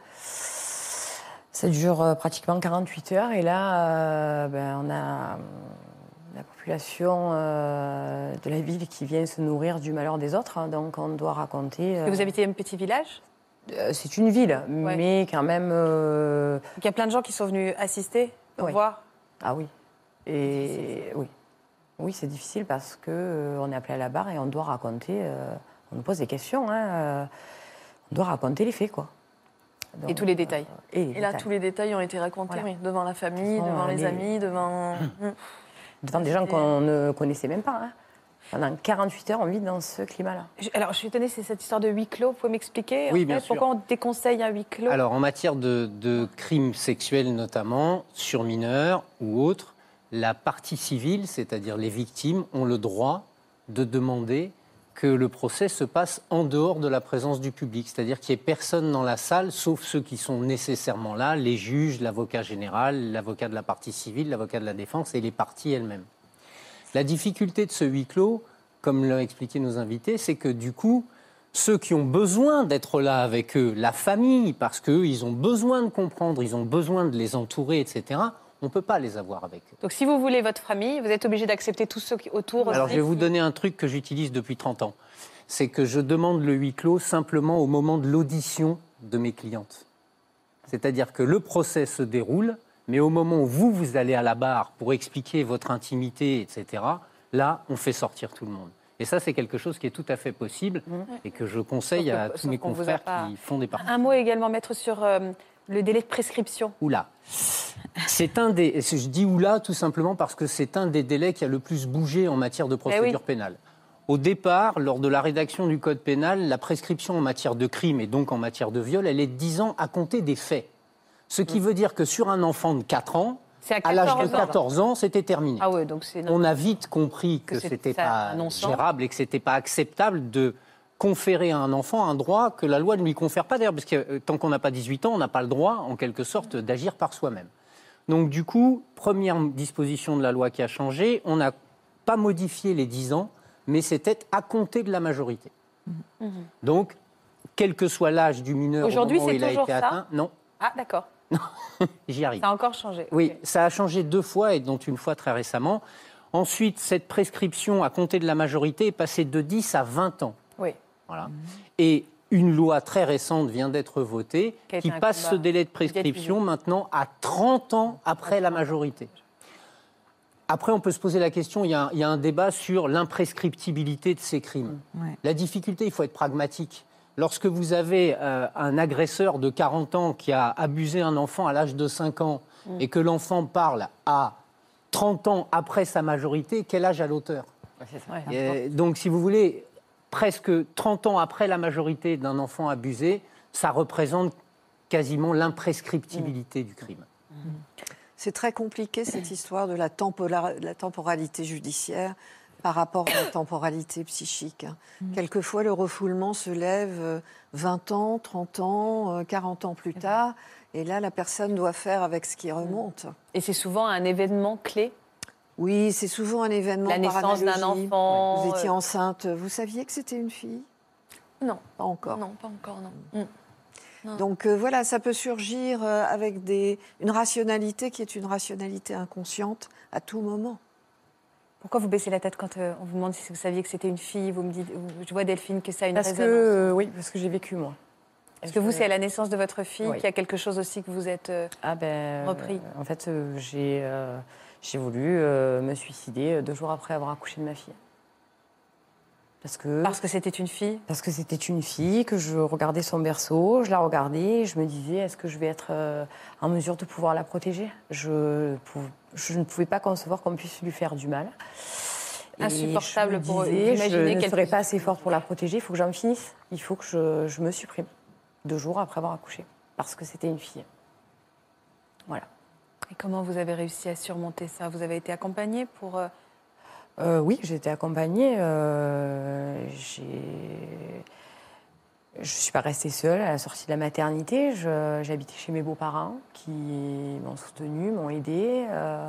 E: Ça dure euh, pratiquement quarante-huit heures et là, euh, ben, on a la population euh, de la ville qui vient se nourrir du malheur des autres, hein, donc on doit raconter... Euh,
A: et vous habitez un petit village ?
E: euh, C'est une ville, ouais. mais quand même... Euh...
A: Il y a plein de gens qui sont venus assister, pour
E: ouais.
A: voir ?
E: Ah oui, et oui. Oui, c'est difficile parce qu'on euh, est appelé à la barre et on doit raconter, euh, on nous pose des questions, hein, euh, on doit raconter les faits, quoi.
A: Donc, et tous les détails.
E: Euh, et, les
B: et là,
E: détails.
B: tous les détails ont été racontés, voilà. oui, devant la famille,
E: façon,
B: devant les, les amis, devant...
E: devant des gens qu'on ne connaissait même pas. Hein. Pendant quarante-huit heures, on vit dans ce climat-là.
A: Alors, je suis étonnée, c'est cette histoire de huis clos. Vous pouvez m'expliquer
G: oui,
A: en
G: bien
A: fait,
G: sûr.
A: Pourquoi on déconseille un huis clos ?
G: Alors, en matière de, de crimes sexuels notamment, sur mineurs ou autres, la partie civile, c'est-à-dire les victimes, ont le droit de demander que le procès se passe en dehors de la présence du public, c'est-à-dire qu'il n'y ait personne dans la salle, sauf ceux qui sont nécessairement là, les juges, l'avocat général, l'avocat de la partie civile, l'avocat de la défense et les parties elles-mêmes. La difficulté de ce huis clos, comme l'ont expliqué nos invités, c'est que du coup, ceux qui ont besoin d'être là avec eux, la famille, parce qu'eux, ils ont besoin de comprendre, ils ont besoin de les entourer, et cetera, on ne peut pas les avoir avec eux.
A: Donc si vous voulez votre famille, vous êtes obligé d'accepter tous ceux qui autour.
G: Alors je vais vous donner un truc que j'utilise depuis trente ans. C'est que je demande le huis clos simplement au moment de l'audition de mes clientes. C'est-à-dire que le procès se déroule, Mais au moment où vous, vous allez à la barre pour expliquer votre intimité, et cetera, là, on fait sortir tout le monde. Et ça, c'est quelque chose qui est tout à fait possible mmh. et que je conseille
A: que,
G: à tous mes confrères pas... qui font des parties.
A: Un mot également, maître, sur euh, le délai de prescription.
G: Oula. C'est un des... Je dis oula tout simplement parce que c'est un des délais qui a le plus bougé en matière de procédure eh oui. pénale. Au départ, lors de la rédaction du Code pénal, la prescription en matière de crime et donc en matière de viol, elle est de dix ans à compter des faits. Ce qui mmh. veut dire que sur un enfant de quatre ans, à, à l'âge de quatorze ans, c'était terminé.
A: Ah ouais, donc c'est
G: on a vite compris que, que ce n'était pas gérable et que ce n'était pas acceptable de conférer à un enfant un droit que la loi ne lui confère pas. D'ailleurs, parce que euh, tant qu'on n'a pas dix-huit ans, on n'a pas le droit, en quelque sorte, d'agir par soi-même. Donc du coup, première disposition de la loi qui a changé, on n'a pas modifié les dix ans, mais c'était à compter de la majorité. Mmh. Donc, quel que soit l'âge du mineur
A: aujourd'hui,
G: au moment où il a été
A: ça
G: atteint, non.
A: Ah, d'accord.
G: J'y arrive.
A: Ça a encore changé.
G: Oui,
A: okay.
G: ça a changé deux fois et dont une fois très récemment. Ensuite, cette prescription à compter de la majorité est passée de dix à vingt ans.
A: Oui.
G: Voilà. Mmh. Et une loi très récente vient d'être votée qui, qui passe ce délai de prescription maintenant à trente ans après la majorité. Après, on peut se poser la question, il y a un, il y a un débat sur l'imprescriptibilité de ces crimes. Ouais. La difficulté, il faut être pragmatique. Lorsque vous avez euh, un agresseur de quarante ans qui a abusé un enfant à l'âge de cinq ans mmh. et que l'enfant parle à trente ans après sa majorité, quel âge a l'auteur ? ouais, et, Donc, si vous voulez, presque trente ans après la majorité d'un enfant abusé, ça représente quasiment l'imprescriptibilité mmh. du crime. Mmh.
F: C'est très compliqué, cette histoire de la, tempora- la temporalité judiciaire par rapport à la temporalité psychique. Mmh. Quelquefois, le refoulement se lève vingt ans, trente ans, quarante ans plus tard, et là, la personne doit faire avec ce qui remonte.
A: Et c'est souvent un événement clé ?
F: Oui, c'est souvent un événement
A: par analogie. La naissance d'un enfant.
F: Vous étiez enceinte, vous saviez que c'était une fille ?
A: Non.
F: Pas encore.
A: Non, pas encore, non. Mmh.
F: Non. Donc euh, voilà, ça peut surgir euh, avec des, une rationalité qui est une rationalité inconsciente à tout moment.
A: Pourquoi vous baissez la tête quand euh, on vous demande si vous saviez que c'était une fille ? Vous me dites, je vois Delphine que ça a une
E: parce
A: résonance.
E: Que, euh, oui, parce que j'ai vécu moi.
A: Est-ce que vous, c'est à la naissance de votre fille
E: oui.
A: qu'il y a quelque chose aussi que vous êtes euh,
E: ah ben,
A: repris ?
E: euh, En fait, euh, j'ai, euh, j'ai voulu euh, me suicider deux jours après avoir accouché de ma fille. Parce que,
A: parce que c'était une fille ?
E: Parce que c'était une fille, que je regardais son berceau, je la regardais et je me disais, est-ce que je vais être euh, en mesure de pouvoir la protéger ? je, je ne pouvais pas concevoir qu'on puisse lui faire du mal. Et
A: insupportable pour
E: disais,
A: imaginer
E: je ne
A: qu'elle
E: serais
A: puisse...
E: pas assez forte pour la protéger, il faut que j'en finisse. Il faut que je, je me supprime deux jours après avoir accouché, parce que c'était une fille. Voilà.
A: Et comment vous avez réussi à surmonter ça ? Vous avez été accompagnée pour... Euh...
E: Euh, oui, j'ai été accompagnée. Euh, j'ai... Je ne suis pas restée seule à la sortie de la maternité. Je, j'habitais chez mes beaux-parents qui m'ont soutenue, m'ont aidée. Euh,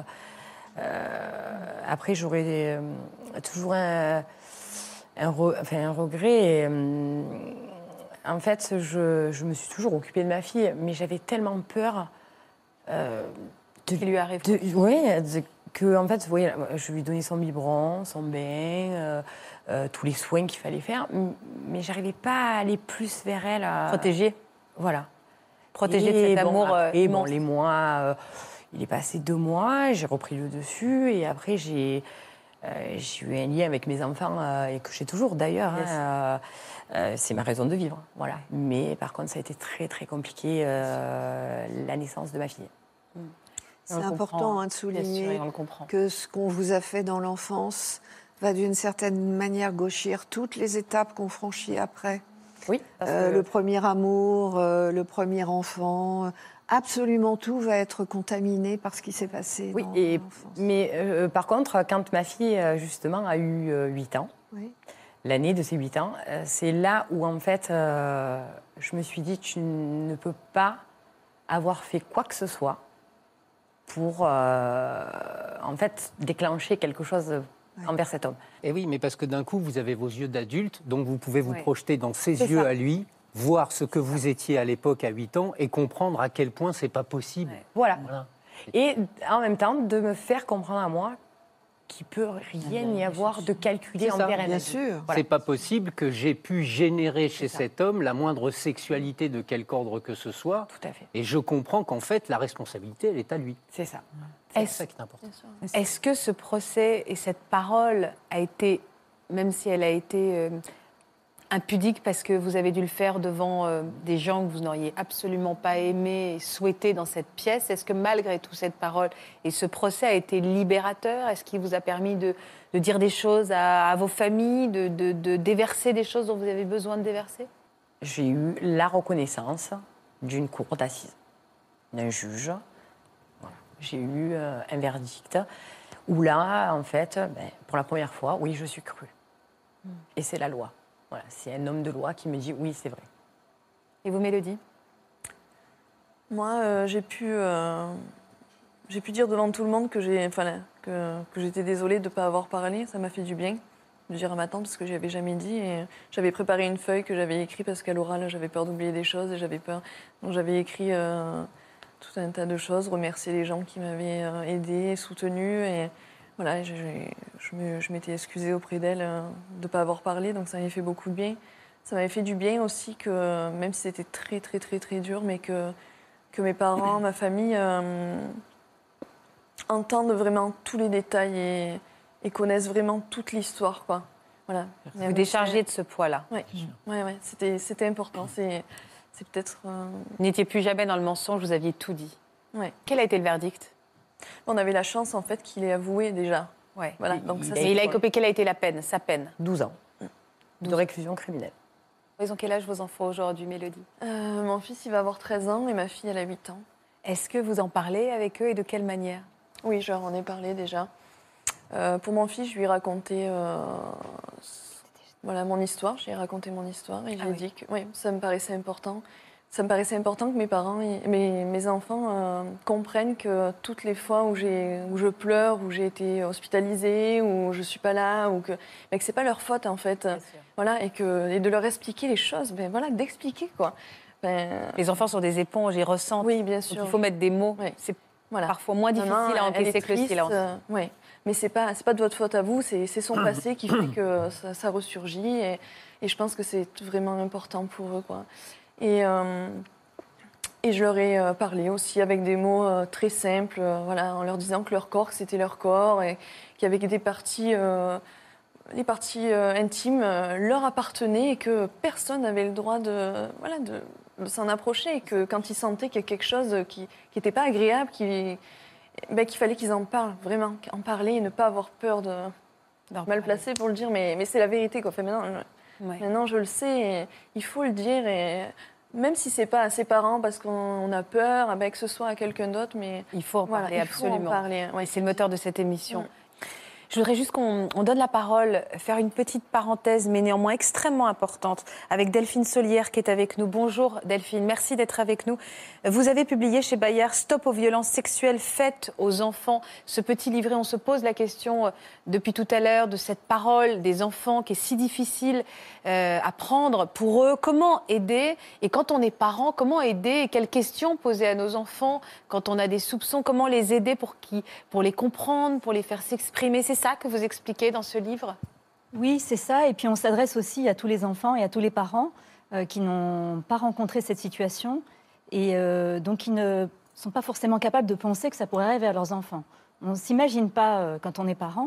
E: euh, après, j'aurais euh, toujours un, un, re, enfin, un regret. Et, euh, en fait, je, je me suis toujours occupée de ma fille, mais j'avais tellement peur euh, de,
A: qu'il lui arrive.
E: De, ouais, de, que en fait, vous voyez, je lui donnais son biberon, son bain, euh, euh, tous les soins qu'il fallait faire, mais j'arrivais pas à aller plus vers elle. À...
A: Protéger.
E: Voilà.
A: Protéger de cet
E: bon,
A: amour.
E: Et
A: euh,
E: bon, les mois, euh, il est passé deux mois, j'ai repris le dessus, et après j'ai, euh, j'ai eu un lien avec mes enfants euh, et que j'ai toujours d'ailleurs. Yes. Hein, euh, euh, c'est ma raison de vivre, voilà. Mais par contre, ça a été très très compliqué euh, la naissance de ma fille.
F: Mm. C'est important hein, de souligner sûr, que ce qu'on vous a fait dans l'enfance va d'une certaine manière gauchir toutes les étapes qu'on franchit après.
E: Oui.
F: Parce euh, que... Le premier amour, euh, le premier enfant, absolument tout va être contaminé par ce qui s'est passé
E: oui,
F: dans
E: et,
F: l'enfance.
E: Mais euh, par contre, quand ma fille justement a eu euh, huit ans, oui. l'année de ses huit ans, euh, c'est là où en fait euh, je me suis dit tu ne peux pas avoir fait quoi que ce soit pour, euh, en fait, déclencher quelque chose ouais. envers cet homme.
G: Et oui, mais parce que d'un coup, vous avez vos yeux d'adulte, donc vous pouvez vous ouais. projeter dans ses
E: c'est
G: yeux
E: ça.
G: à lui, voir ce que vous étiez à l'époque à huit ans et comprendre à quel point c'est pas possible.
E: Ouais. Voilà. voilà. Et en même temps, de me faire comprendre à moi qu'il peut rien y avoir de calculé
G: C'est ça,
E: envers un
F: Bien
E: adulte.
F: sûr.
E: Voilà.
G: C'est pas possible que j'ai pu générer chez
E: ça.
G: cet homme la moindre sexualité de quelque ordre que ce soit.
E: Tout à fait.
G: Et je comprends qu'en fait, la responsabilité, elle est à lui.
E: C'est ça.
G: C'est
A: Est-ce-
G: ça qui est important.
A: Est-ce que ce procès et cette parole a été, même si elle a été euh, impudique parce que vous avez dû le faire devant euh, des gens que vous n'auriez absolument pas aimé et souhaité dans cette pièce, est-ce que malgré tout cette parole et ce procès a été libérateur? Est-ce qu'il vous a permis de, de dire des choses à, à vos familles, de, de, de déverser des choses dont vous avez besoin de déverser?
E: J'ai eu la reconnaissance d'une cour d'assises, d'un juge. Voilà. J'ai eu euh, un verdict où là, en fait, ben, pour la première fois, oui, je suis crue. Mm. Et c'est la loi. Voilà, c'est un homme de loi qui me dit oui, c'est vrai.
A: Et vous, Mélodie?
B: Moi, euh, j'ai pu, euh, j'ai pu dire devant tout le monde que, j'ai, enfin, là, que, que j'étais désolée de ne pas avoir parlé. Ça m'a fait du bien de dire à ma tante parce que je n'y avais jamais dit. Et j'avais préparé une feuille que j'avais écrite parce qu'à l'oral, j'avais peur d'oublier des choses et j'avais peur. Donc j'avais écrit euh, tout un tas de choses, remercier les gens qui m'avaient euh, aidée, soutenue. Et voilà, je, je, me, je m'étais excusée auprès d'elle euh, de ne pas avoir parlé. Donc ça m'avait fait beaucoup de bien. Ça m'avait fait du bien aussi que, même si c'était très, très, très, très dur, mais que, que mes parents, ma famille euh, entendent vraiment tous les détails et, et connaissent vraiment toute l'histoire, quoi. Voilà.
A: Vous déchargez de ce poids-là.
B: Oui, ouais, ouais, c'était, c'était important. C'est, c'est peut-être... Euh...
A: Vous n'étiez plus jamais dans le mensonge, vous aviez tout dit.
B: Ouais.
A: Quel a été le verdict?
B: On avait la chance, en fait, qu'il ait avoué déjà.
A: Ouais.
B: Voilà, donc ça,
A: Et il a écopé, quelle a été la peine, sa peine?
E: douze ans de réclusion criminelle.
A: Ils ont quel âge vos enfants aujourd'hui, Mélodie?
B: euh, Mon fils, il va avoir treize ans et ma fille, elle a huit ans.
A: Est-ce que vous en parlez avec eux et de quelle manière?
B: Oui, je leur en ai parlé déjà. Euh, pour mon fils, je lui ai raconté euh, voilà, mon histoire. Je lui ai raconté mon histoire et j'ai
A: Ah oui.
B: dit que oui, ça me paraissait important. Ça me paraissait important que mes parents, mes, mes enfants euh, comprennent que toutes les fois où, j'ai, où je pleure, où j'ai été hospitalisée, où je ne suis pas là, ou que, mais que ce n'est pas leur faute en fait. Voilà, et, que, et de leur expliquer les choses, ben, voilà, d'expliquer quoi. Ben,
A: Les enfants sont des éponges, ils ressentent.
B: oui, bien
A: Donc
B: sûr.
A: il faut mettre des mots.
B: Oui.
A: C'est
B: Voilà.
A: parfois moins difficile
B: Maman,
A: à
B: elle
A: encaisser
B: est
A: que le
B: triste,
A: silence.
B: euh, ouais. Mais ce n'est pas, c'est pas de votre faute à vous, c'est, c'est son passé qui fait que ça, ça ressurgit. Et, et je pense que c'est vraiment important pour eux, quoi. Et, euh, et je leur ai euh, parlé aussi avec des mots euh, très simples, euh, voilà, en leur disant que leur corps, c'était leur corps, et qu'il y avait des parties, euh, les parties euh, intimes euh, leur appartenaient et que personne n'avait le droit de, voilà, de, de s'en approcher. Et que quand ils sentaient qu'il y a quelque chose qui n'était pas agréable, qui, ben, qu'il fallait qu'ils en parlent, vraiment, en parler et ne pas avoir peur de mal placé pour le dire, mais, mais c'est la vérité, quoi. Enfin, maintenant, je,
A: Ouais.
B: maintenant, je le sais, et il faut le dire, et même si c'est pas à ses parents parce qu'on on a peur, eh ben, que ce soit à quelqu'un d'autre, mais
A: Il faut en
B: voilà,
A: parler
B: il faut
A: absolument.
B: en parler.
A: Ouais, c'est le moteur de cette émission.
B: Mm.
A: Je voudrais juste qu'on on donne la parole, faire une petite parenthèse, mais néanmoins extrêmement importante, avec Delphine Solière qui est avec nous. Bonjour Delphine, merci d'être avec nous. Vous avez publié chez Bayard « Stop aux violences sexuelles faites aux enfants ». Ce petit livret, on se pose la question euh, depuis tout à l'heure de cette parole des enfants qui est si difficile euh, à prendre pour eux. Comment aider? Et quand on est parent, comment aider? Et quelles questions poser à nos enfants quand on a des soupçons? Comment les aider pour, qui, pour les comprendre, pour les faire s'exprimer? C'est ça que vous expliquez dans ce livre?
H: Oui, c'est ça. Et puis on s'adresse aussi à tous les enfants et à tous les parents euh, qui n'ont pas rencontré cette situation et euh, donc qui ne sont pas forcément capables de penser que ça pourrait arriver à leurs enfants. On ne s'imagine pas, euh, quand on est parent,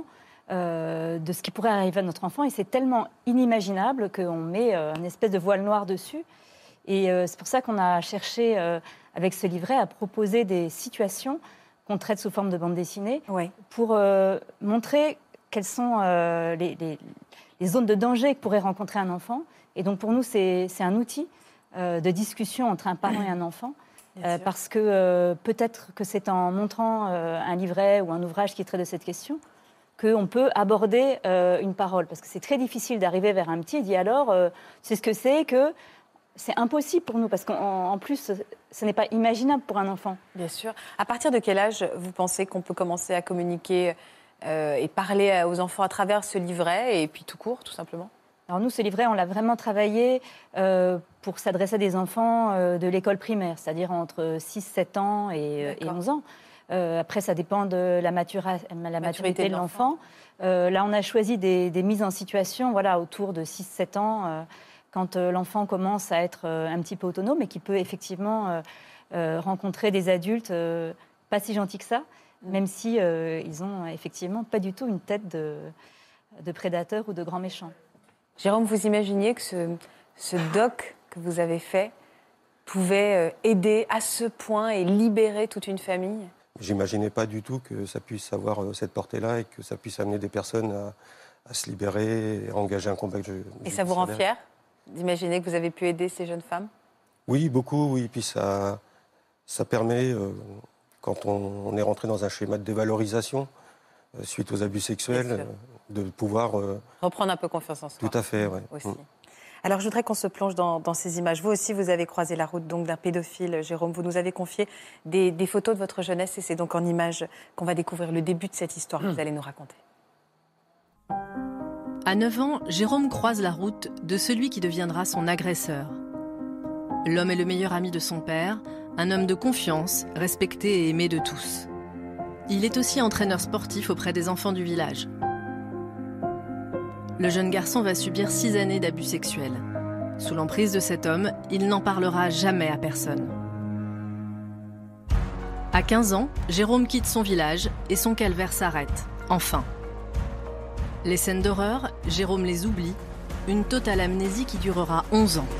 H: euh, de ce qui pourrait arriver à notre enfant et c'est tellement inimaginable qu'on met euh, une espèce de voile noir dessus. Et euh, c'est pour ça qu'on a cherché, euh, avec ce livret, à proposer des situations qu'on traite sous forme de bande dessinée,
A: Oui.
H: pour euh, montrer quelles sont euh, les, les, les zones de danger que pourrait rencontrer un enfant. Et donc pour nous, c'est, c'est un outil euh, de discussion entre un parent et un enfant, euh, parce que euh, peut-être que c'est en montrant euh, un livret ou un ouvrage qui traite de cette question qu'on peut aborder euh, une parole. Parce que c'est très difficile d'arriver vers un petit et dire alors, euh, tu sais ce que c'est que... C'est impossible pour nous, parce qu'en en plus, ce n'est pas imaginable pour un enfant.
A: Bien sûr. À partir de quel âge vous pensez qu'on peut commencer à communiquer euh, et parler aux enfants à travers ce livret, et puis tout court, tout simplement?
H: Alors nous, ce livret, on l'a vraiment travaillé euh, pour s'adresser à des enfants euh, de l'école primaire, c'est-à-dire entre six sept ans et, et onze ans. Euh, après, ça dépend de la, matura- la maturité, maturité de l'enfant. Euh, là, on a choisi des, des mises en situation voilà, autour de six sept ans, euh, quand euh, l'enfant commence à être euh, un petit peu autonome et qui peut effectivement euh, euh, rencontrer des adultes euh, pas si gentils que ça, mmh. même si euh, ils ont effectivement pas du tout une tête de, de prédateur ou de grand méchant.
A: Jérôme, vous imaginiez que ce, ce doc que vous avez fait pouvait aider à ce point et libérer toute une famille ?
C: J'imaginais pas du tout que ça puisse avoir cette portée-là et que ça puisse amener des personnes à, à se libérer et à engager un combat. Que je,
A: et ça vous rend fier d'imaginer que vous avez pu aider ces jeunes femmes ?
C: Oui, beaucoup, oui. Puis ça, ça permet, euh, quand on, on est rentré dans un schéma de dévalorisation euh, suite aux abus sexuels, euh, de pouvoir... Euh,
A: reprendre un peu confiance en soi.
C: Tout à fait, oui.
A: Aussi. Mmh. Alors, je voudrais qu'on se plonge dans, dans ces images. Vous aussi, vous avez croisé la route donc, d'un pédophile, Jérôme. Vous nous avez confié des, des photos de votre jeunesse et c'est donc en images qu'on va découvrir le début de cette histoire que mmh. vous allez nous raconter.
I: À neuf ans, Jérôme croise la route de celui qui deviendra son agresseur. L'homme est le meilleur ami de son père, un homme de confiance, respecté et aimé de tous. Il est aussi entraîneur sportif auprès des enfants du village. Le jeune garçon va subir six années d'abus sexuels. Sous l'emprise de cet homme, il n'en parlera jamais à personne. À quinze ans, Jérôme quitte son village et son calvaire s'arrête, enfin. Les scènes d'horreur, Jérôme les oublie, une totale amnésie qui durera onze ans.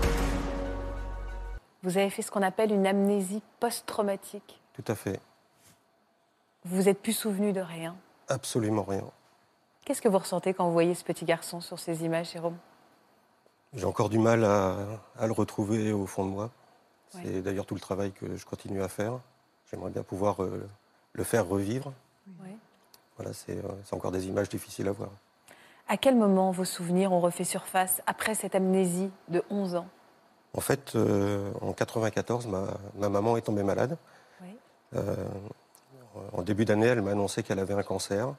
A: Vous avez fait ce qu'on appelle une amnésie post-traumatique.
C: Tout à fait.
A: Vous vous êtes plus souvenu de rien ?
C: Absolument rien.
A: Qu'est-ce que vous ressentez quand vous voyez ce petit garçon sur ces images, Jérôme ?
C: J'ai encore du mal à, à le retrouver au fond de moi. C'est
A: ouais.
C: d'ailleurs tout le travail que je continue à faire. J'aimerais bien pouvoir euh, le faire revivre.
A: Ouais.
C: Voilà, c'est, euh, c'est encore des images difficiles à voir.
A: À quel moment vos souvenirs ont refait surface après cette amnésie de onze ans ?
C: En fait, euh, en quatre-vingt-quatorze, ma, ma maman est tombée malade.
A: Oui.
C: Euh, en début d'année, elle m'a annoncé qu'elle avait un cancer.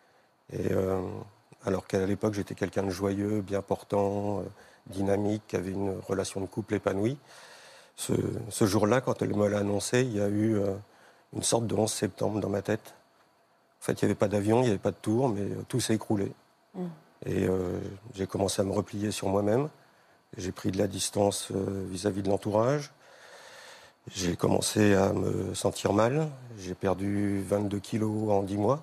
C: Et euh, alors qu'à l'époque, j'étais quelqu'un de joyeux, bien portant, euh, dynamique, qui avait une relation de couple épanouie. Ce, ce jour-là, quand elle me l'a annoncé, il y a eu euh, une sorte de onze septembre dans ma tête. En fait, il n'y avait pas d'avion, il n'y avait pas de tour, mais euh, tout s'est écroulé. Mmh. Et euh, j'ai commencé à me replier sur moi-même. J'ai pris de la distance euh, vis-à-vis de l'entourage. J'ai commencé à me sentir mal. J'ai perdu vingt-deux kilos en dix mois.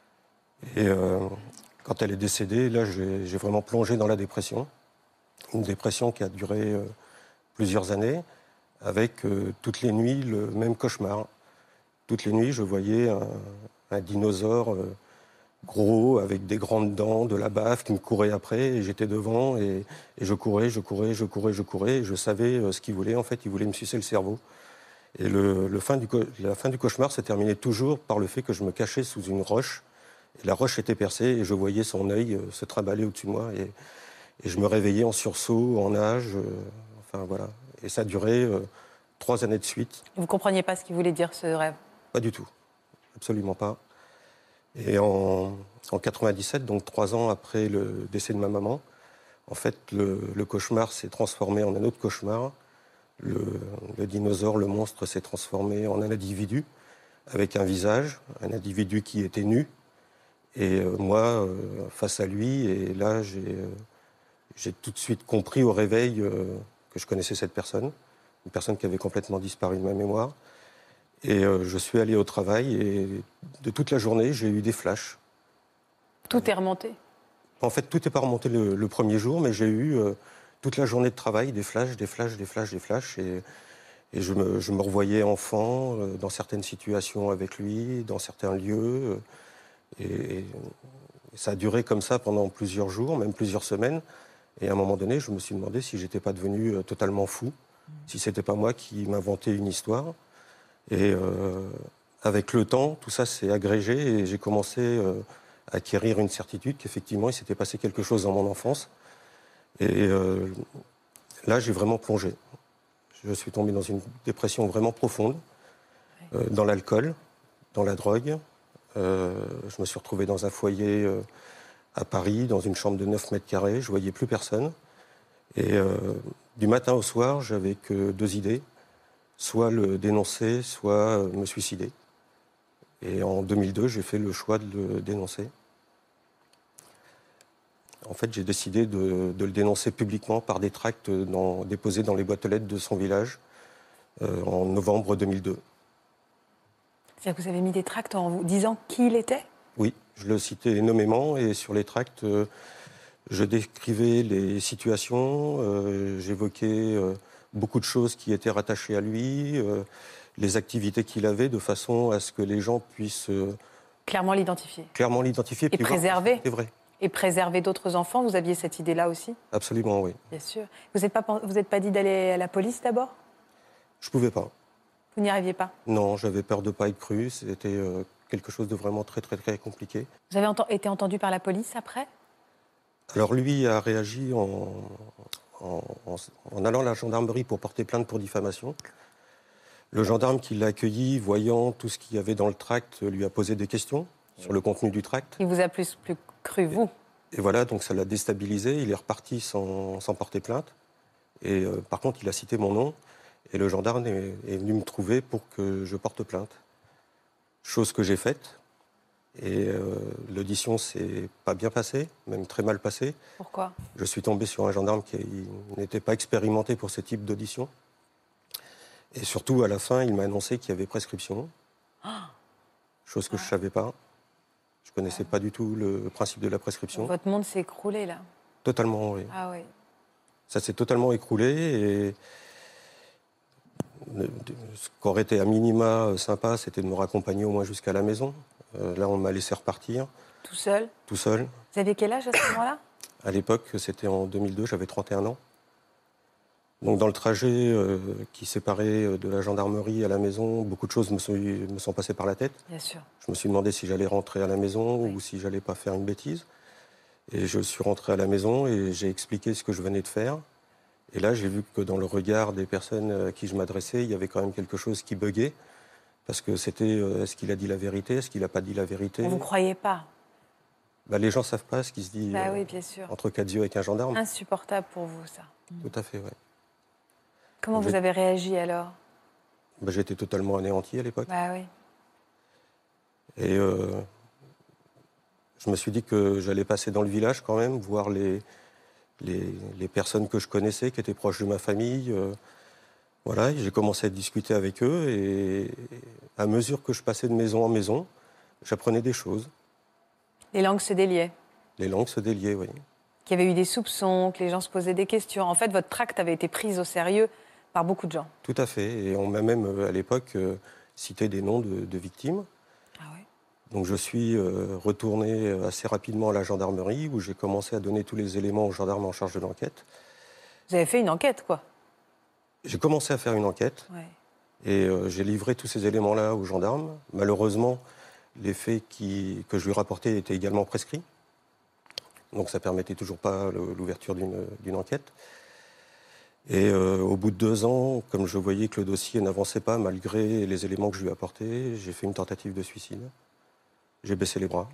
C: Et euh, quand elle est décédée, là, j'ai, j'ai vraiment plongé dans la dépression. Une dépression qui a duré euh, plusieurs années, avec euh, toutes les nuits le même cauchemar. Toutes les nuits, je voyais un, un dinosaure euh, gros, avec des grandes dents, de la baffe, qui me courait après, et j'étais devant, et, et je courais, je courais, je courais, je courais, et je savais euh, ce qu'il voulait. En fait, il voulait me sucer le cerveau. Et le, le fin du, la fin du cauchemar se terminait toujours par le fait que je me cachais sous une roche. Et la roche était percée et je voyais son œil euh, se trimballer au-dessus de moi. Et, et je me réveillais en sursaut, en nage. Euh, enfin, voilà. Et ça a duré euh, trois années de suite.
A: Vous ne compreniez pas ce qu'il voulait dire, ce rêve ?
C: Pas du tout. Absolument pas. Et en, en quatre-vingt-dix-sept, donc trois ans après le décès de ma maman, en fait, le, le cauchemar s'est transformé en un autre cauchemar. Le, le dinosaure, le monstre, s'est transformé en un individu avec un visage, un individu qui était nu. Et euh, moi, euh, face à lui, et là, j'ai, euh, j'ai tout de suite compris au réveil euh, que je connaissais cette personne, une personne qui avait complètement disparu de ma mémoire. Et euh, je suis allé au travail et de toute la journée, j'ai eu des flashs.
A: Tout est remonté ?
C: En fait, tout n'est pas remonté le, le premier jour, mais j'ai eu euh, toute la journée de travail des flashs, des flashs, des flashs, des flashs. Et, et je, me, je me revoyais enfant euh, dans certaines situations avec lui, dans certains lieux. Euh, et, et ça a duré comme ça pendant plusieurs jours, même plusieurs semaines. Et à un moment donné, je me suis demandé si j'étais pas devenu euh, totalement fou, mmh. si c'était pas moi qui m'inventais une histoire. Et euh, avec le temps, tout ça s'est agrégé et j'ai commencé euh, à acquérir une certitude qu'effectivement, il s'était passé quelque chose dans mon enfance. Et euh, là, j'ai vraiment plongé. Je suis tombé dans une dépression vraiment profonde, euh, dans l'alcool, dans la drogue. Euh, je me suis retrouvé dans un foyer euh, à Paris, dans une chambre de neuf mètres carrés. Je ne voyais plus personne. Et euh, du matin au soir, j'avais que deux idées. Soit le dénoncer, soit me suicider. Et en deux mille deux, j'ai fait le choix de le dénoncer. En fait, j'ai décidé de, de le dénoncer publiquement par des tracts dans, déposés dans les boîtes aux lettres de son village euh, en novembre deux mille deux.
A: C'est-à-dire que vous avez mis des tracts en vous disant qui il était?
C: Oui, je le citais nommément et sur les tracts, euh, je décrivais les situations, euh, j'évoquais euh, beaucoup de choses qui étaient rattachées à lui, euh, les activités qu'il avait, de façon à ce que les gens puissent euh,
A: clairement l'identifier.
C: Clairement l'identifier.
A: Et préserver.
C: C'est vrai.
A: Et préserver d'autres enfants, vous aviez cette idée-là aussi?
C: Absolument, oui.
A: Bien sûr. Vous n'êtes pas, vous n'êtes pas dit d'aller à la police d'abord?
C: Je pouvais pas.
A: Vous n'y arriviez pas?
C: Non, j'avais peur de ne pas être cru. C'était euh, quelque chose de vraiment très, très, très compliqué.
A: Vous avez ent- été entendu par la police après?
C: Alors lui a réagi en, en, en, en allant à la gendarmerie pour porter plainte pour diffamation. Le gendarme qui l'a accueilli, voyant tout ce qu'il y avait dans le tract, lui a posé des questions sur le contenu du tract.
A: Il vous a plus, plus cru, vous?
C: Et, et voilà, donc ça l'a déstabilisé. Il est reparti sans, sans porter plainte. Et euh, par contre, il a cité mon nom. Et le gendarme est, est venu me trouver pour que je porte plainte. Chose que j'ai faite. Et euh, l'audition s'est pas bien passée, même très mal passée.
A: Pourquoi?
C: Je suis tombé sur un gendarme qui n'était pas expérimenté pour ce type d'audition. Et surtout, à la fin, il m'a annoncé qu'il y avait prescription. Oh. Chose que ah. je ne savais pas. Je ne connaissais ah. pas du tout le principe de la prescription.
A: Votre monde s'est écroulé, là?
C: Totalement, oui.
A: Ah oui.
C: Ça s'est totalement écroulé. Et ce qui aurait été à minima sympa, c'était de me raccompagner au moins jusqu'à la maison. Euh, là, on m'a laissé repartir.
A: Tout seul?
C: Tout seul.
A: Vous aviez quel âge à ce moment-là? À
C: l'époque, c'était en deux mille deux, j'avais trente et un ans. Donc dans le trajet euh, qui séparait de la gendarmerie à la maison, beaucoup de choses me sont, me sont passées par la tête.
A: Bien sûr.
C: Je me suis demandé si j'allais rentrer à la maison oui. ou si j'allais pas faire une bêtise. Et je suis rentré à la maison et j'ai expliqué ce que je venais de faire. Et là, j'ai vu que dans le regard des personnes à qui je m'adressais, il y avait quand même quelque chose qui buguait. Parce que c'était, euh, est-ce qu'il a dit la vérité? Est-ce qu'il n'a pas dit la vérité?
A: Vous ne croyez pas?
C: Bah, les gens ne savent pas ce qui se dit
A: bah,
C: euh,
A: oui, bien sûr.
C: entre quatre yeux avec un gendarme.
A: Insupportable pour vous, ça.
C: Tout à fait, oui.
A: Comment vous avez réagi alors?
C: bah, J'étais totalement anéanti à l'époque.
A: Bah oui.
C: Et euh, je me suis dit que j'allais passer dans le village quand même, voir les, les, les personnes que je connaissais, qui étaient proches de ma famille. Euh, voilà, j'ai commencé à discuter avec eux et à mesure que je passais de maison en maison, j'apprenais des choses.
A: Les langues se déliaient?
C: Les langues se déliaient, oui.
A: Qu'il y avait eu des soupçons, que les gens se posaient des questions. En fait, votre tract avait été pris au sérieux par beaucoup de gens.
C: Tout à fait. Et on m'a même, à l'époque, euh, cité des noms de, de victimes.
A: Ah oui.
C: Donc je suis euh, retourné assez rapidement à la gendarmerie où j'ai commencé à donner tous les éléments aux gendarmes en charge de l'enquête.
A: Vous avez fait une enquête, quoi?
C: J'ai commencé à faire une enquête.
A: Ouais.
C: Et euh, j'ai livré tous ces éléments-là aux gendarmes. Malheureusement, les faits qui, que je lui rapportais étaient également prescrits. Donc ça ne permettait toujours pas l'ouverture d'une enquête. Et euh, au bout de deux ans, comme je voyais que le dossier n'avançait pas malgré les éléments que je lui apportais, j'ai fait une tentative de suicide. J'ai baissé les bras.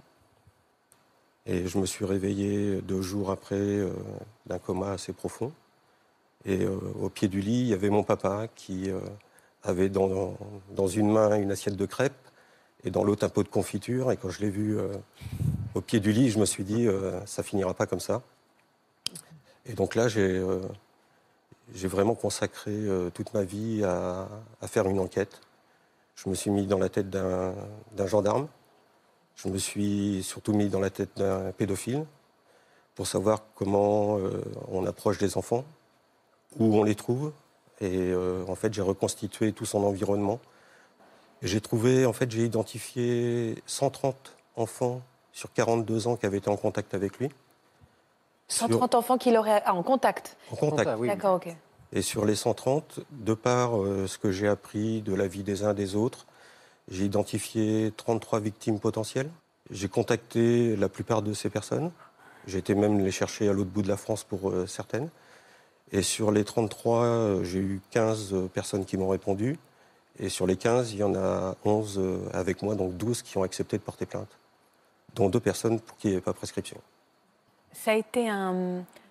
C: Et je me suis réveillé deux jours après euh, d'un coma assez profond. Et euh, au pied du lit, il y avait mon papa qui euh, avait dans, dans une main une assiette de crêpes et dans l'autre un pot de confiture. Et quand je l'ai vu euh, au pied du lit, je me suis dit, euh, ça finira pas comme ça. Et donc là, j'ai euh, j'ai vraiment consacré euh, toute ma vie à, à faire une enquête. Je me suis mis dans la tête d'un d'un gendarme. Je me suis surtout mis dans la tête d'un pédophile pour savoir comment euh, on approche des enfants, où on les trouve. Et euh, en fait, j'ai reconstitué tout son environnement. J'ai trouvé, en fait, j'ai identifié cent trente enfants sur quarante-deux ans qui avaient été en contact avec lui.
A: cent trente sur... enfants qu'il aurait ah, en contact.
C: En contact,
A: oui. D'accord, ok.
C: Et sur les cent trente, de par euh, ce que j'ai appris de la vie des uns des autres, j'ai identifié trente-trois victimes potentielles. J'ai contacté la plupart de ces personnes. J'ai été même les chercher à l'autre bout de la France pour euh, certaines. Et sur les trente-trois, euh, j'ai eu quinze personnes qui m'ont répondu. Et sur les quinze, il y en a onze euh, avec moi, donc douze qui ont accepté de porter plainte, dont deux personnes pour qui il n'y avait pas prescription.
A: Ça a été un,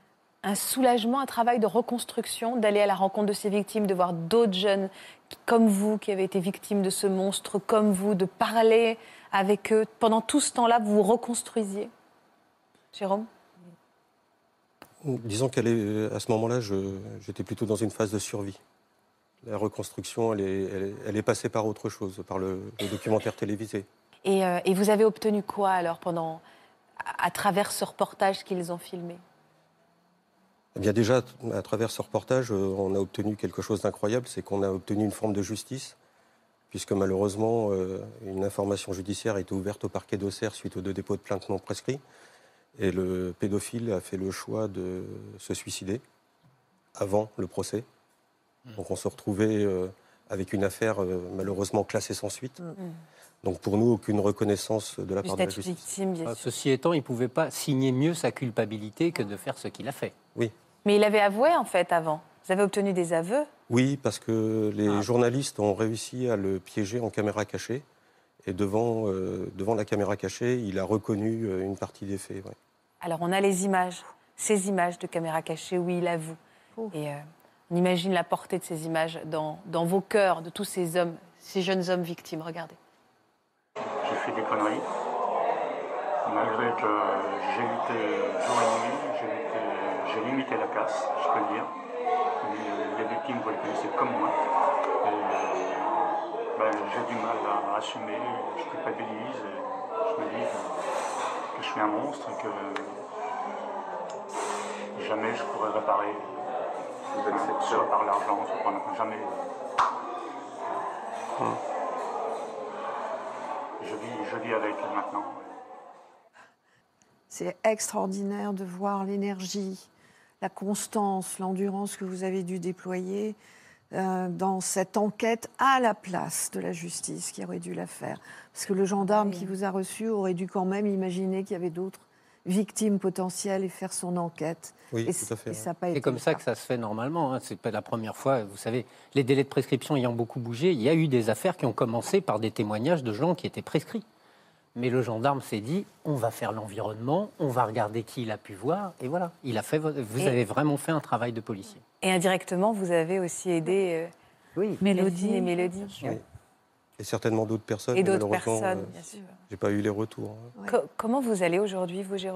A: un soulagement, un travail de reconstruction, d'aller à la rencontre de ces victimes, de voir d'autres jeunes comme vous qui avez été victimes de ce monstre, comme vous, de parler avec eux. Pendant tout ce temps-là, vous vous reconstruisiez. Jérôme ?
C: Disons qu'à ce moment-là, je, j'étais plutôt dans une phase de survie. La reconstruction, elle est, elle est, elle est passée par autre chose, par le, le documentaire télévisé.
A: Et, euh, et vous avez obtenu quoi alors pendant, à, à travers ce reportage qu'ils ont filmé ?
C: Eh bien déjà, à travers ce reportage, on a obtenu quelque chose d'incroyable, c'est qu'on a obtenu une forme de justice, puisque malheureusement, euh, une information judiciaire a été ouverte au parquet d'Auxerre suite aux deux dépôts de plainte non prescrits. Et le pédophile a fait le choix de se suicider avant le procès. Donc on se retrouvait euh, avec une affaire euh, malheureusement classée sans suite. Mmh. Donc pour nous, aucune reconnaissance de la part de la justice.
A: Victime, bien sûr.
G: Ceci étant, il ne pouvait pas signer mieux sa culpabilité que de faire ce qu'il a fait.
C: Oui.
A: Mais il avait avoué en fait avant. Vous avez obtenu des aveux ?
C: Oui, parce que les
A: ah.
C: journalistes ont réussi à le piéger en caméra cachée. Et devant, euh, devant la caméra cachée, il a reconnu euh, une partie des faits. Ouais.
A: Alors on a les images, ces images de caméra cachée où il avoue. Oh. Et euh, on imagine la portée de ces images dans, dans vos cœurs, de tous ces hommes, ces jeunes hommes victimes. Regardez.
J: J'ai fait des conneries. Malgré que j'ai lutté jour et nuit, j'ai, lutté, j'ai limité la casse, je peux le dire. Les victimes, vous les connaissez comme moi. Et, ben, j'ai du mal à assumer, je culpabilise, je me dis que, que je suis un monstre, que jamais je pourrais réparer, hein, soit par l'argent, soit par jamais. Hum. Je vis, je vis avec maintenant.
F: C'est extraordinaire de voir l'énergie, la constance, l'endurance que vous avez dû déployer euh, dans cette enquête à la place de la justice qui aurait dû la faire. Parce que le gendarme oui. qui vous a reçu aurait dû quand même imaginer qu'il y avait d'autres victimes potentielles et faire son enquête.
C: Oui,
F: et
C: tout à fait.
F: Et ça n'a pas été
G: c'est comme ça que ça se fait normalement. Hein. C'est pas la première fois. Vous savez, les délais de prescription ayant beaucoup bougé, il y a eu des affaires qui ont commencé par des témoignages de gens qui étaient prescrits. Mais le gendarme s'est dit, on va faire l'environnement, on va regarder qui il a pu voir, et voilà. Il a fait, vous et, avez vraiment fait un travail de policier.
A: Et indirectement, vous avez aussi aidé euh,
F: oui.
A: Mélodie et Mélodie.
C: Oui. Et certainement d'autres personnes.
A: Et d'autres personnes, euh, bien sûr.
C: J'ai pas eu les retours.
A: Ouais. Co- comment vous allez aujourd'hui, vous, Jérôme ?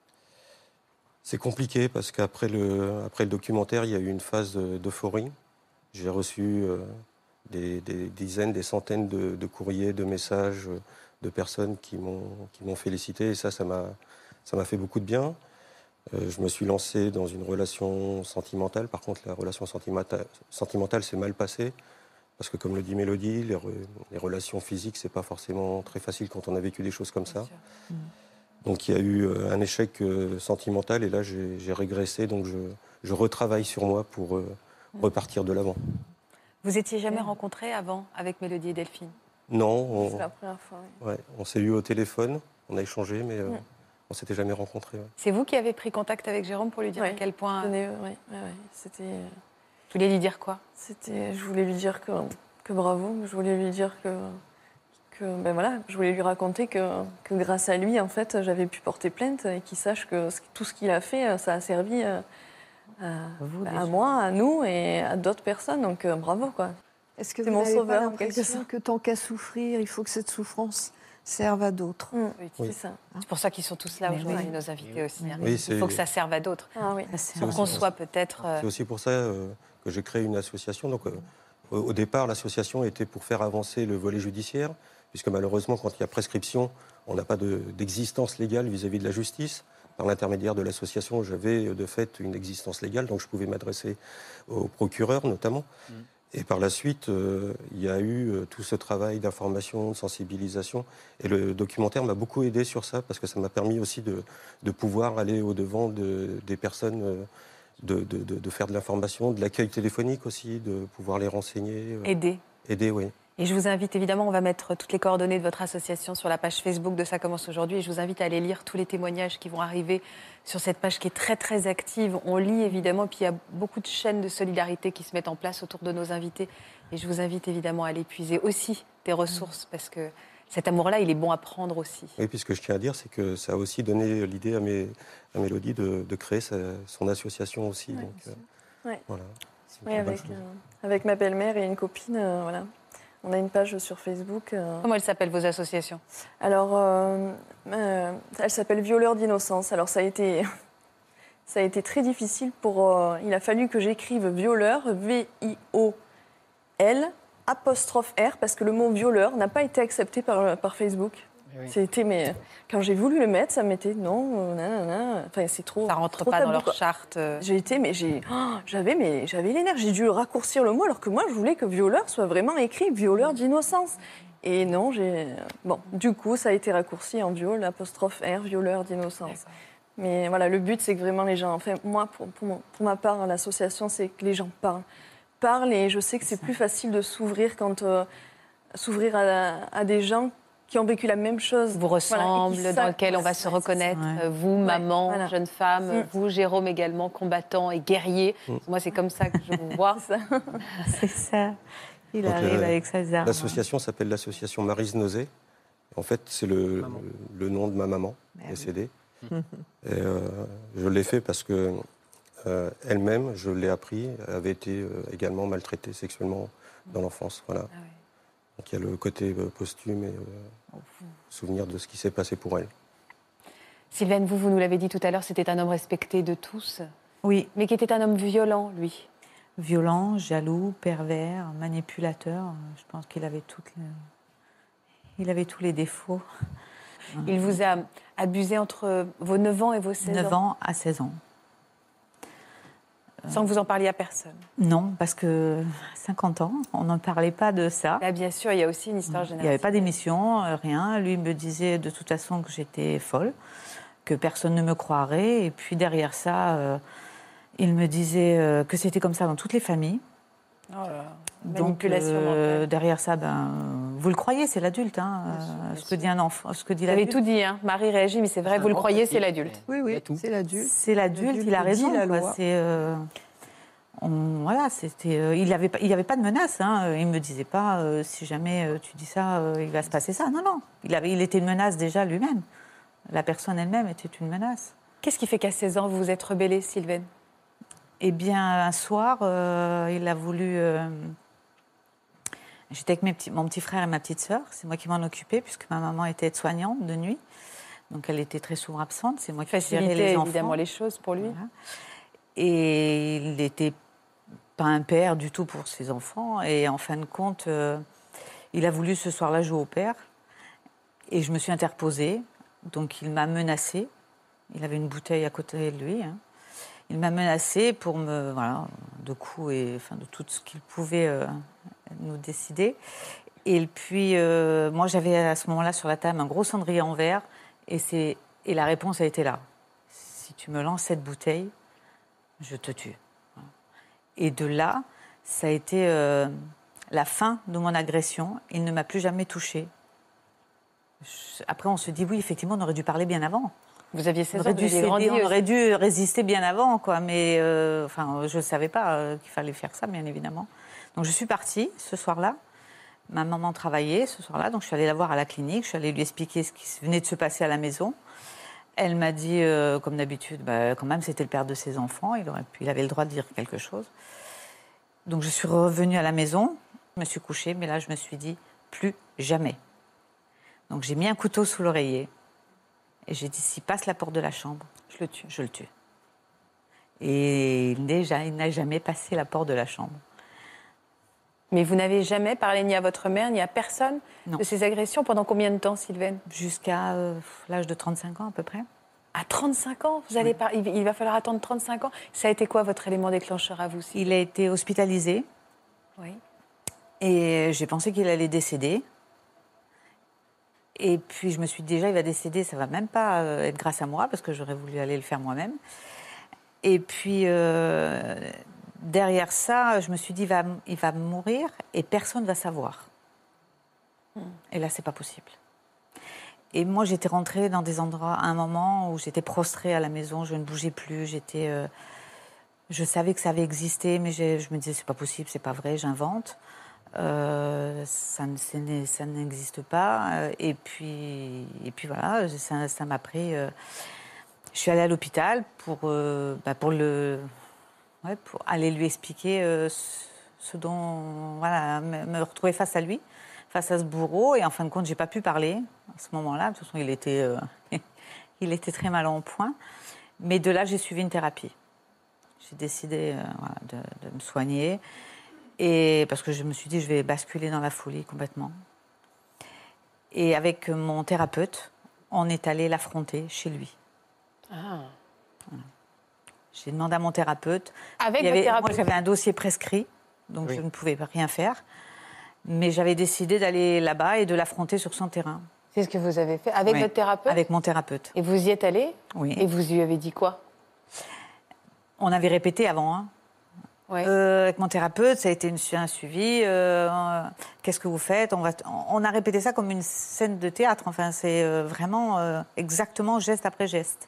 C: C'est compliqué parce qu'après le, après le documentaire, il y a eu une phase d'euphorie. J'ai reçu euh, des, des dizaines, des centaines de, de courriers, de messages de personnes qui m'ont, qui m'ont félicité. Et ça, ça m'a, ça m'a fait beaucoup de bien. Euh, je me suis lancé dans une relation sentimentale. Par contre, la relation sentimentale, sentimentale s'est mal passée. Parce que, comme le dit Mélodie, les, re, les relations physiques, c'est pas forcément très facile quand on a vécu des choses comme ça. Mmh. Donc, il y a eu un échec euh, sentimental. Et là, j'ai, j'ai régressé. Donc, je, je retravaille sur moi pour euh, mmh. repartir de l'avant.
A: Vous étiez jamais mmh. rencontrés avant avec Mélodie et Delphine ?
C: Non. On,
B: c'est la première fois. Oui.
C: Ouais, on s'est eu au téléphone. On a échangé, mais euh, mmh. on s'était jamais rencontrés. Ouais.
A: C'est vous qui avez pris contact avec Jérôme pour lui dire
B: ouais.
A: à quel point...
B: Oui, oui, oui. C'était...
A: Vous voulez lui dire quoi ?
B: C'était, je voulais lui dire que, que bravo, je voulais lui dire que, que ben voilà, je voulais lui raconter que, que grâce à lui, en fait, j'avais pu porter plainte et qu'il sache que tout ce qu'il a fait, ça a servi à, Vous, à moi, à nous et à d'autres personnes. Donc bravo, quoi.
F: Est-ce que
B: c'est
F: vous
B: mon
F: n'avez
B: sauveur,
F: pas
B: en quelque
F: l'impression
B: sorte.
F: que tant qu'à souffrir, il faut que cette souffrance serve à d'autres.
B: Mmh, oui,
C: oui.
B: c'est ça.
A: C'est pour ça qu'ils sont tous là
F: Mais
A: aujourd'hui,
F: oui.
A: nos invités aussi. Hein.
C: Oui,
A: il faut que ça serve à d'autres.
B: Ah, oui.
A: Pour qu'on soit peut-être... Euh...
C: C'est aussi pour ça euh, que j'ai créé une association. Donc, euh, au, au départ, l'association était pour faire avancer le volet judiciaire, puisque malheureusement, quand il y a prescription, on n'a pas de, d'existence légale vis-à-vis de la justice. Par l'intermédiaire de l'association, j'avais de fait une existence légale, donc je pouvais m'adresser au procureur notamment. Mmh. Et par la suite, euh, il y a eu euh, tout ce travail d'information, de sensibilisation. Et le documentaire m'a beaucoup aidé sur ça, parce que ça m'a permis aussi de, de pouvoir aller au-devant de, des personnes, euh, de, de, de, de faire de l'information, de l'accueil téléphonique aussi, de pouvoir les renseigner. Euh,
A: aider.
C: Aider, oui.
A: Et je vous invite, évidemment, on va mettre toutes les coordonnées de votre association sur la page Facebook de Ça commence aujourd'hui. Et je vous invite à aller lire tous les témoignages qui vont arriver sur cette page qui est très, très active. On lit, évidemment, puis il y a beaucoup de chaînes de solidarité qui se mettent en place autour de nos invités. Et je vous invite, évidemment, à aller puiser aussi des ressources, parce que Cet amour-là, il est bon à prendre aussi.
C: Oui, puis ce que je tiens à dire, c'est que ça a aussi donné l'idée à, mes, à Mélodie de, de créer sa, son association aussi.
B: Ouais,
C: donc, euh,
B: ouais.
C: voilà,
B: oui, avec, euh, avec ma belle-mère et une copine, euh, voilà. On a une page sur Facebook. Euh...
A: Comment elles s'appellent, vos associations?
B: Alors, euh, euh, elle s'appelle Violeurs d'innocence. Alors, ça a été, ça a été très difficile pour... Euh, il a fallu que j'écrive violeur, V I O L, apostrophe R, parce que le mot violeur n'a pas été accepté par, par Facebook. Oui. C'était, mais quand j'ai voulu le mettre, ça m'était non, nanana. Enfin, c'est trop.
A: Ça rentre
B: trop
A: pas
B: tabou,
A: dans leur
B: quoi.
A: charte.
B: J'ai été, mais j'ai, oh, j'avais, mais j'avais les nerfs. J'ai dû raccourcir le mot, alors que moi, je voulais que violeur soit vraiment écrit violeur d'innocence. Et non, j'ai, bon, du coup, ça a été raccourci en viol, apostrophe R, violeur d'innocence. Mais voilà, le but, c'est que vraiment les gens, enfin, moi, pour, pour, mon, pour ma part, l'association, c'est que les gens parlent, parlent, et je sais que c'est plus facile de s'ouvrir quand euh, s'ouvrir à, à des gens qui ont vécu la même chose.
A: Vous ressemble,
B: voilà,
A: dans lequel on va se reconnaître. Ouais. Vous, maman, ouais, voilà. jeune femme, mm. vous, Jérôme également, combattant et guerrier. Mm. Moi, c'est comme ça que je vous vois.
D: C'est ça. Il Donc, arrive euh, avec ses armes.
C: L'association s'appelle l'association Maryse Nausée. En fait, c'est le, le nom de ma maman décédée. Mm. Et euh, je l'ai fait parce que euh, elle-même, je l'ai appris, avait été euh, également maltraitée sexuellement dans l'enfance. Voilà. Ah, oui. Donc il y a le côté euh, posthume et euh, souvenir de ce qui s'est passé pour elle.
A: Sylvaine, vous, vous nous l'avez dit tout à l'heure, c'était un homme respecté de tous.
D: Oui.
A: Mais qui était un homme violent, lui.
D: Violent, jaloux, pervers, manipulateur. Je pense qu'il avait, toutes les... il avait tous les défauts.
A: Il vous a abusé entre vos neuf ans et vos seize ans?
D: neuf ans à seize ans.
A: Sans que vous en parliez à personne?
D: Non, parce que cinquante ans, on n'en parlait pas de ça.
A: Là, bien sûr, il y a aussi une histoire générale.
D: Il n'y avait pas d'émission, rien. Lui me disait de toute façon que j'étais folle, que personne ne me croirait. Et puis derrière ça, euh, il me disait euh, que c'était comme ça dans toutes les familles.
A: Oh là là.
D: Donc euh, derrière ça, ben, vous le croyez, c'est l'adulte. Hein, bien sûr, bien ce que dit un enfant, ce que dit l'adulte.
A: Vous avez tout dit, hein. Marie réagit, mais c'est vrai, vous le croyez, c'est l'adulte.
F: Oui, oui, c'est l'adulte.
D: C'est l'adulte, il a raison. La loi. C'est, euh, on, voilà, c'était, euh, il n'avait pas, il avait pas de menace. Hein. Il me disait pas, euh, si jamais euh, tu dis ça, euh, il va se passer ça. Non, non. Il avait, il était une menace déjà lui-même. La personne elle-même était une menace.
A: Qu'est-ce qui fait qu'à seize ans vous vous êtes rebellée, Sylvaine?
D: Eh bien, un soir, euh, il a voulu. Euh, J'étais avec mes petits, mon petit frère et ma petite sœur. C'est moi qui m'en occupais, puisque ma maman était aide-soignante de nuit. Donc, elle était très souvent absente. C'est moi qui gérais les enfants.
A: Évidemment les choses pour lui.
D: Voilà. Et il n'était pas un père du tout pour ses enfants. Et en fin de compte, euh, il a voulu ce soir-là jouer au père. Et je me suis interposée. Donc, il m'a menacée. Il avait une bouteille à côté de lui. Hein. Il m'a menacée pour me, voilà, de coups et enfin, de tout ce qu'il pouvait euh, nous décider. Et puis, euh, moi, j'avais à ce moment-là sur la table un gros cendrier en verre. Et, c'est, et la réponse a été là. Si tu me lances cette bouteille, je te tue. Et de là, ça a été euh, la fin de mon agression. Il ne m'a plus jamais touchée. Après, on se dit, oui, effectivement, on aurait dû parler bien avant.
A: Vous aviez seize
D: ans,
A: vous aviez grandi.
D: On aurait dû résister bien avant, quoi. Mais euh, enfin, je ne savais pas euh, qu'il fallait faire ça, bien évidemment. Donc, je suis partie ce soir-là. Ma maman travaillait ce soir-là, donc je suis allée la voir à la clinique. Je suis allée lui expliquer ce qui venait de se passer à la maison. Elle m'a dit, euh, comme d'habitude, bah, quand même, c'était le père de ses enfants. Il aurait pu, il avait le droit de dire quelque chose. Donc, je suis revenue à la maison. Je me suis couchée, mais là, je me suis dit, plus jamais. Donc, j'ai mis un couteau sous l'oreiller. Et j'ai dit, s'il passe la porte de la chambre, je le tue. Je le tue. Et il n'a jamais passé la porte de la chambre.
A: Mais vous n'avez jamais parlé ni à votre mère, ni à personne non. de ces agressions? Pendant combien de temps, Sylvaine?
D: Jusqu'à euh, l'âge de trente-cinq ans, à peu près.
A: À trente-cinq ans vous allez oui. par... Il va falloir attendre trente-cinq ans. Ça a été quoi, votre élément déclencheur à vous, Sylvaine?
D: Il a été hospitalisé.
A: Oui.
D: Et j'ai pensé qu'il allait décéder. Et puis, je me suis dit, déjà, il va décéder, ça ne va même pas être grâce à moi, parce que j'aurais voulu aller le faire moi-même. Et puis, euh, derrière ça, je me suis dit, il va, il va mourir et personne ne va savoir. Mmh. Et là, ce n'est pas possible. Et moi, j'étais rentrée dans des endroits, à un moment où j'étais prostrée à la maison, je ne bougeais plus, j'étais... Euh, je savais que ça avait existé, mais je me disais, c'est pas possible, c'est pas vrai, j'invente. Euh, ça, ne, ça n'existe pas. Et puis, et puis voilà, ça, ça m'a pris... Euh, je suis allée à l'hôpital pour, euh, bah pour, le, ouais, pour aller lui expliquer euh, ce dont... Voilà, me, me retrouver face à lui, face à ce bourreau. Et en fin de compte, je n'ai pas pu parler à ce moment-là. De toute façon, il était, euh, il était très mal en point. Mais de là, j'ai suivi une thérapie. J'ai décidé euh, voilà, de, de me soigner. Et parce que je me suis dit, je vais basculer dans la folie complètement. Et avec mon thérapeute, on est allé l'affronter chez lui.
A: Ah.
D: Voilà. J'ai demandé à mon thérapeute.
A: Avec
D: il y avait,
A: votre thérapeute.
D: Moi, j'avais un dossier prescrit, donc oui. je ne pouvais rien faire. Mais j'avais décidé d'aller là-bas et de l'affronter sur son terrain.
A: C'est ce que vous avez fait avec
D: oui,
A: votre thérapeute?
D: Avec mon thérapeute.
A: Et vous y êtes allé?
D: Oui.
A: Et vous lui avez dit quoi?
D: On avait répété avant, hein.
A: Ouais.
D: Euh, avec mon thérapeute, ça a été une, un suivi. Euh, euh, Qu'est-ce que vous faites? on, va, on a répété ça comme une scène de théâtre. Enfin, c'est euh, vraiment euh, exactement geste après geste.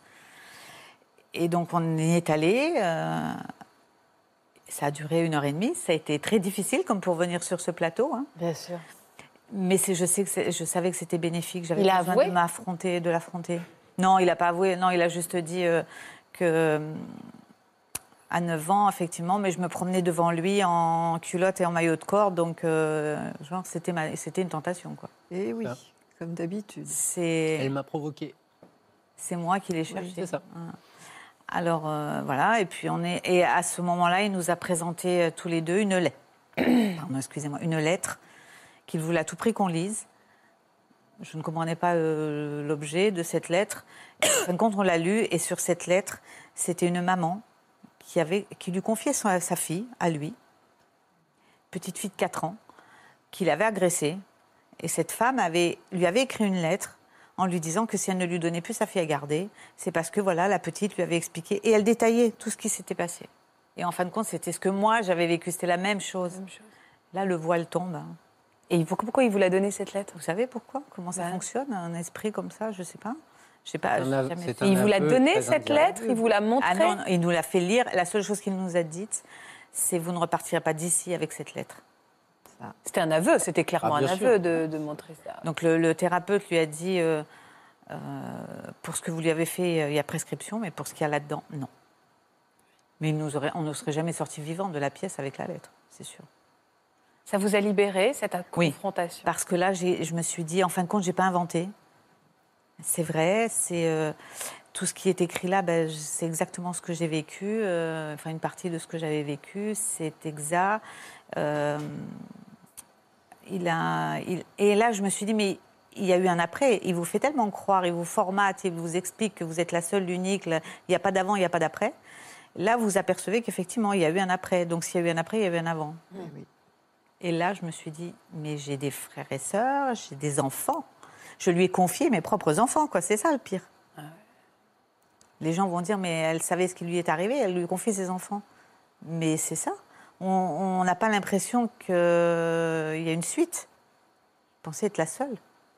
D: Et donc, on y est allé. Euh, ça a duré une heure et demie. Ça a été très difficile, comme pour venir sur ce plateau. Hein.
A: Bien sûr.
D: Mais je, sais que je savais que c'était bénéfique. J'avais
A: il a
D: besoin
A: avoué
D: de m'affronter, de l'affronter. Non, il n'a pas avoué. Non, il a juste dit euh, que... À neuf ans, effectivement, mais je me promenais devant lui en culotte et en maillot de corde, donc euh, genre c'était, ma... c'était une tentation, quoi.
F: Et oui, ça. Comme d'habitude.
G: C'est... Elle m'a provoqué.
D: C'est moi qui l'ai cherché.
G: Oui, c'est ça.
D: Alors euh, voilà, et puis on est et à ce moment-là, il nous a présenté euh, tous les deux une lettre. Pardon, excusez-moi, une lettre qu'il voulait à tout prix qu'on lise. Je ne comprenais pas euh, l'objet de cette lettre. Et, en fin de compte, on l'a lue, et sur cette lettre, c'était une maman. Qui, avait, qui lui confiait son, sa fille, à lui, petite fille de quatre ans, qu'il avait agressée. Et cette femme avait, lui avait écrit une lettre en lui disant que si elle ne lui donnait plus sa fille à garder, c'est parce que voilà, la petite lui avait expliqué. Et elle détaillait tout ce qui s'était passé. Et en fin de compte, c'était ce que moi, j'avais vécu. C'était la même chose. Même chose. Là, le voile tombe.
A: Et pourquoi il vous l'a donné, cette lettre?
D: Vous savez pourquoi? Comment ça bah. fonctionne, un esprit comme ça? Je ne sais pas. Je sais pas,
A: av- jamais... Il vous l'a donné, cette lettre? Il vous l'a montrée?
D: Ah non, non, il nous l'a fait lire. La seule chose qu'il nous a dite, c'est vous ne repartirez pas d'ici avec cette lettre.
A: Ça. C'était un aveu, c'était clairement ah, un aveu de, de montrer ça.
D: Donc le, le thérapeute lui a dit, euh, euh, pour ce que vous lui avez fait, euh, il y a prescription, mais pour ce qu'il y a là-dedans, non. Mais il nous aurait, on ne serait jamais sorti vivant de la pièce avec la lettre, c'est sûr.
A: Ça vous a libéré, cette confrontation?
D: Oui, parce que là, j'ai, je me suis dit, en fin de compte, je n'ai pas inventé. C'est vrai, c'est euh, tout ce qui est écrit là, ben, c'est exactement ce que j'ai vécu, euh, enfin une partie de ce que j'avais vécu, c'est exact. Euh, il a, il, et là, je me suis dit, mais il y a eu un après. Il vous fait tellement croire, il vous formate, il vous explique que vous êtes la seule, l'unique, il n'y a pas d'avant, il n'y a pas d'après. Là, vous apercevez qu'effectivement, il y a eu un après. Donc, s'il y a eu un après, il y a eu un avant.
F: Oui, oui.
D: Et là, je me suis dit, mais j'ai des frères et sœurs, j'ai des enfants. Je lui ai confié mes propres enfants, quoi. C'est ça le pire. Ah ouais. Les gens vont dire, mais elle savait ce qui lui est arrivé, elle lui confie ses enfants. Mais c'est ça. On n'a pas l'impression qu'il y a une suite. Je pensais être la seule.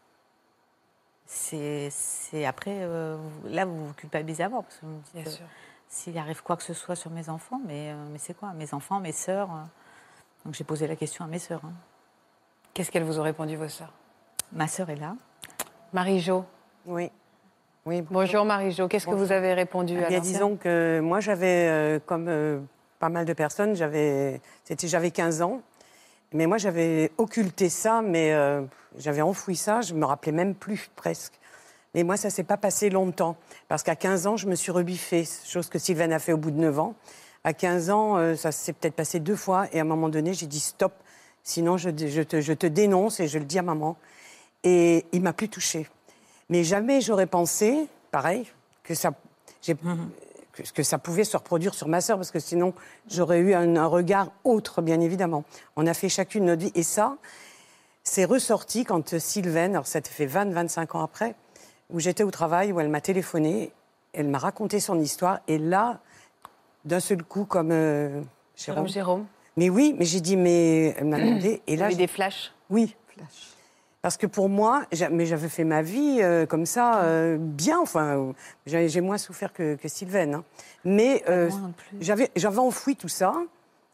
D: C'est, c'est après, euh, là, vous vous culpabilisez avant. Parce que vous me dites, Bien sûr. S'il arrive quoi que ce soit sur mes enfants, mais, euh, mais c'est quoi? Mes enfants, mes sœurs. Euh... Donc j'ai posé la question à mes sœurs. Hein.
A: Qu'est-ce qu'elles vous ont répondu, vos sœurs?
D: Ma sœur est là.
A: Marie-Jo.
K: Oui. oui
A: bonjour. bonjour Marie-Jo. Qu'est-ce bonjour. que vous avez répondu à
K: Bien, disons que moi, j'avais, euh, comme euh, pas mal de personnes, j'avais, c'était, j'avais quinze ans. Mais moi, j'avais occulté ça, mais euh, j'avais enfoui ça. Je ne me rappelais même plus, presque. Mais moi, ça ne s'est pas passé longtemps. Parce qu'à quinze ans, je me suis rebiffée, chose que Sylvaine a fait au bout de neuf ans. À quinze ans, euh, ça s'est peut-être passé deux fois. Et à un moment donné, j'ai dit stop. Sinon, je, je, te, je te dénonce et je le dis à maman. Et il ne m'a plus touchée. Mais jamais j'aurais pensé, pareil, que ça, j'ai, mm-hmm. que, que ça pouvait se reproduire sur ma sœur. Parce que sinon, j'aurais eu un, un regard autre, bien évidemment. On a fait chacune notre vie. Et ça, c'est ressorti quand Sylvaine, alors ça fait vingt, vingt-cinq ans après, où j'étais au travail, où elle m'a téléphoné, elle m'a raconté son histoire. Et là, d'un seul coup, comme euh, Jérôme.
A: Comme Jérôme.
K: Mais oui, mais j'ai dit, mais elle m'a demandé. Et là,
A: j'ai des flashs.
K: Oui, flash. Parce que pour moi, mais j'avais fait ma vie euh, comme ça, euh, bien. Enfin, j'ai, j'ai moins souffert que, que Sylvaine. Hein. Mais euh, j'avais, j'avais enfoui tout ça.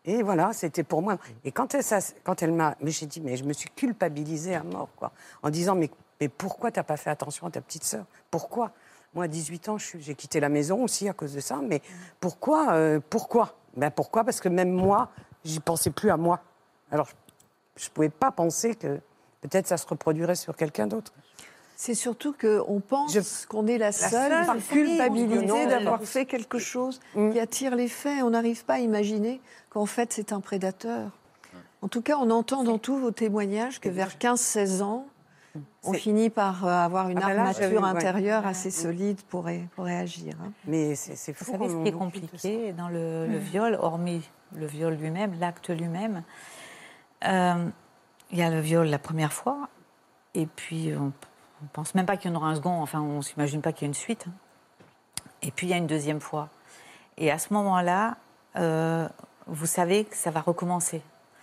K: Et voilà, c'était pour moi. Et quand elle, ça, quand elle m'a... Mais j'ai dit, mais je me suis culpabilisée à mort, quoi. En disant, mais, mais pourquoi tu n'as pas fait attention à ta petite sœur? Pourquoi? Moi, à dix-huit ans, je suis, j'ai quitté la maison aussi à cause de ça. Mais pourquoi euh, Pourquoi ben Pourquoi? Parce que même moi, j'y pensais plus à moi. Alors, je ne pouvais pas penser que peut-être ça se reproduirait sur quelqu'un d'autre.
F: C'est surtout qu'on pense je... qu'on est la seule,
K: la seule
F: par culpabilité d'avoir
K: non.
F: fait quelque chose mmh. qui attire les faits. On n'arrive pas à imaginer qu'en fait, c'est un prédateur. En tout cas, on entend dans tous vos témoignages que vers quinze seize ans, on c'est... finit par avoir une ah ben armature là, intérieure ouais. assez solide pour, ré... pour réagir. Hein.
K: Mais c'est, c'est fou.
D: Vous savez, ce qui est compliqué dans le, le viol, hormis le viol lui-même, l'acte lui-même, euh, il y a le viol la première fois, et puis on On ne pense même pas qu'il y en aura un second, enfin on ne s'imagine pas qu'il y ait une suite. Et puis il y a une deuxième fois. Et à ce moment-là, euh, vous savez que ça va recommencer.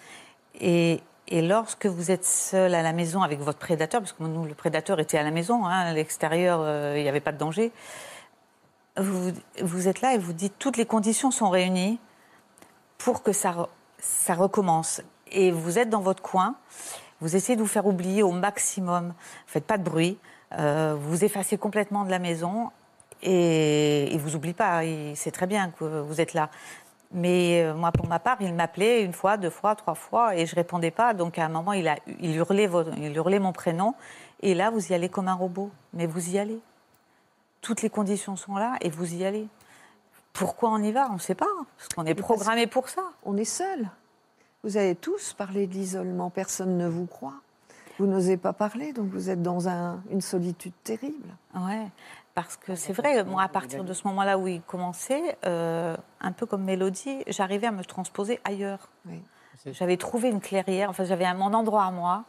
D: Et, et lorsque vous êtes seul à la maison avec votre prédateur, parce que nous, le prédateur était à la maison, hein, à l'extérieur, euh, il n'y avait pas de danger, vous, vous êtes là et vous dites toutes les conditions sont réunies pour que ça, ça recommence. Et vous êtes dans votre coin. Vous essayez de vous faire oublier au maximum. Vous ne faites pas de bruit. Euh, vous vous effacez complètement de la maison. Et il ne vous oublie pas. Il sait très bien que vous êtes là. Mais euh, moi, pour ma part, il m'appelait une fois, deux fois, trois fois. Et je ne répondais pas. Donc, à un moment, il, a, il, hurlait, il hurlait mon prénom. Et là, vous y allez comme un robot. Mais vous y allez. Toutes les conditions sont là et vous y allez. Pourquoi on y va? On ne sait pas. Parce qu'on est programmé pour ça.
F: On est seul. Vous avez tous parlé de l'isolement, personne ne vous croit. Vous n'osez pas parler, donc vous êtes dans un, une solitude terrible.
D: Oui, parce que c'est vrai, moi, à partir de ce moment-là où il commençait, euh, un peu comme Mélodie, j'arrivais à me transposer ailleurs. Oui. J'avais trouvé une clairière, enfin j'avais un, mon endroit à moi,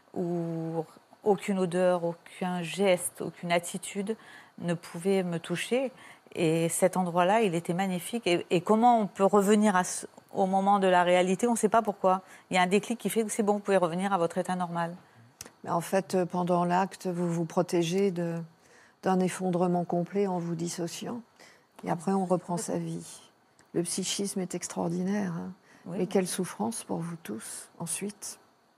D: où aucune odeur, aucun geste, aucune attitude ne pouvait me toucher. Et cet endroit-là, il était magnifique. Et, et comment on peut revenir à ce, au moment de la réalité, on ne sait pas pourquoi. Il y a un déclic qui fait que c'est bon, vous pouvez revenir à votre état normal.
F: Mais en fait, pendant l'acte, vous vous protégez de, d'un effondrement complet en vous dissociant. Et après, on reprend sa vie. Le psychisme est extraordinaire. Hein. Oui. Mais quelle souffrance pour vous tous, ensuite.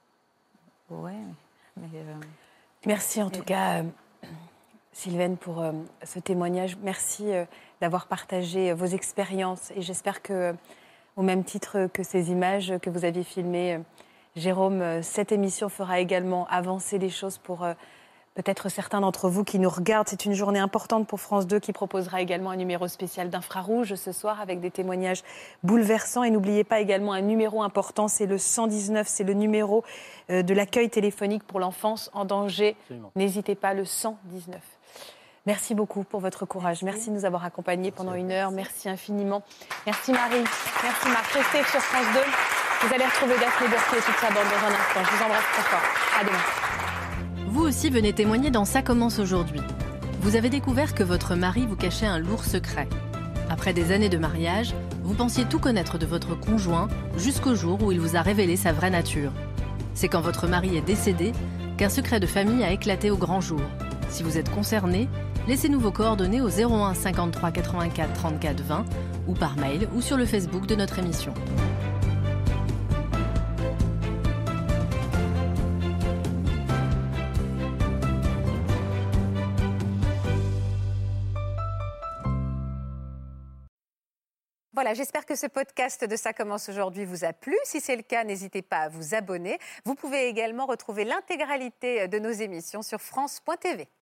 D: Oui, mais... Euh...
A: Merci en tout cas... Euh... Sylvaine, pour euh, ce témoignage. Merci euh, d'avoir partagé euh, vos expériences. Et j'espère que, euh, au même titre que ces images que vous aviez filmées, euh, Jérôme, euh, cette émission fera également avancer les choses pour euh, peut-être certains d'entre vous qui nous regardent. C'est une journée importante pour France deux qui proposera également un numéro spécial d'Infrarouge ce soir avec des témoignages bouleversants. Et n'oubliez pas également un numéro important, c'est le cent dix-neuf, c'est le numéro euh, de l'accueil téléphonique pour l'enfance en danger. Absolument. N'hésitez pas, le cent dix-neuf. Merci beaucoup pour votre courage. Merci, Merci de nous avoir accompagnés pendant Merci. une heure. Merci infiniment. Merci Marie. Merci Marc. Restez sur France deux. Vous allez retrouver Daphné Burki et toute sa bande dans un instant. Je vous embrasse très fort. À demain.
I: Vous aussi venez témoigner dans Ça commence aujourd'hui. Vous avez découvert que votre mari vous cachait un lourd secret. Après des années de mariage, vous pensiez tout connaître de votre conjoint jusqu'au jour où il vous a révélé sa vraie nature. C'est quand votre mari est décédé qu'un secret de famille a éclaté au grand jour. Si vous êtes concerné, laissez-nous vos coordonnées au zéro un cinquante-trois quatre-vingt-quatre trente-quatre vingt ou par mail ou sur le Facebook de notre émission.
L: Voilà, j'espère que ce podcast de Ça commence aujourd'hui vous a plu. Si c'est le cas, n'hésitez pas à vous abonner. Vous pouvez également retrouver l'intégralité de nos émissions sur France point T V.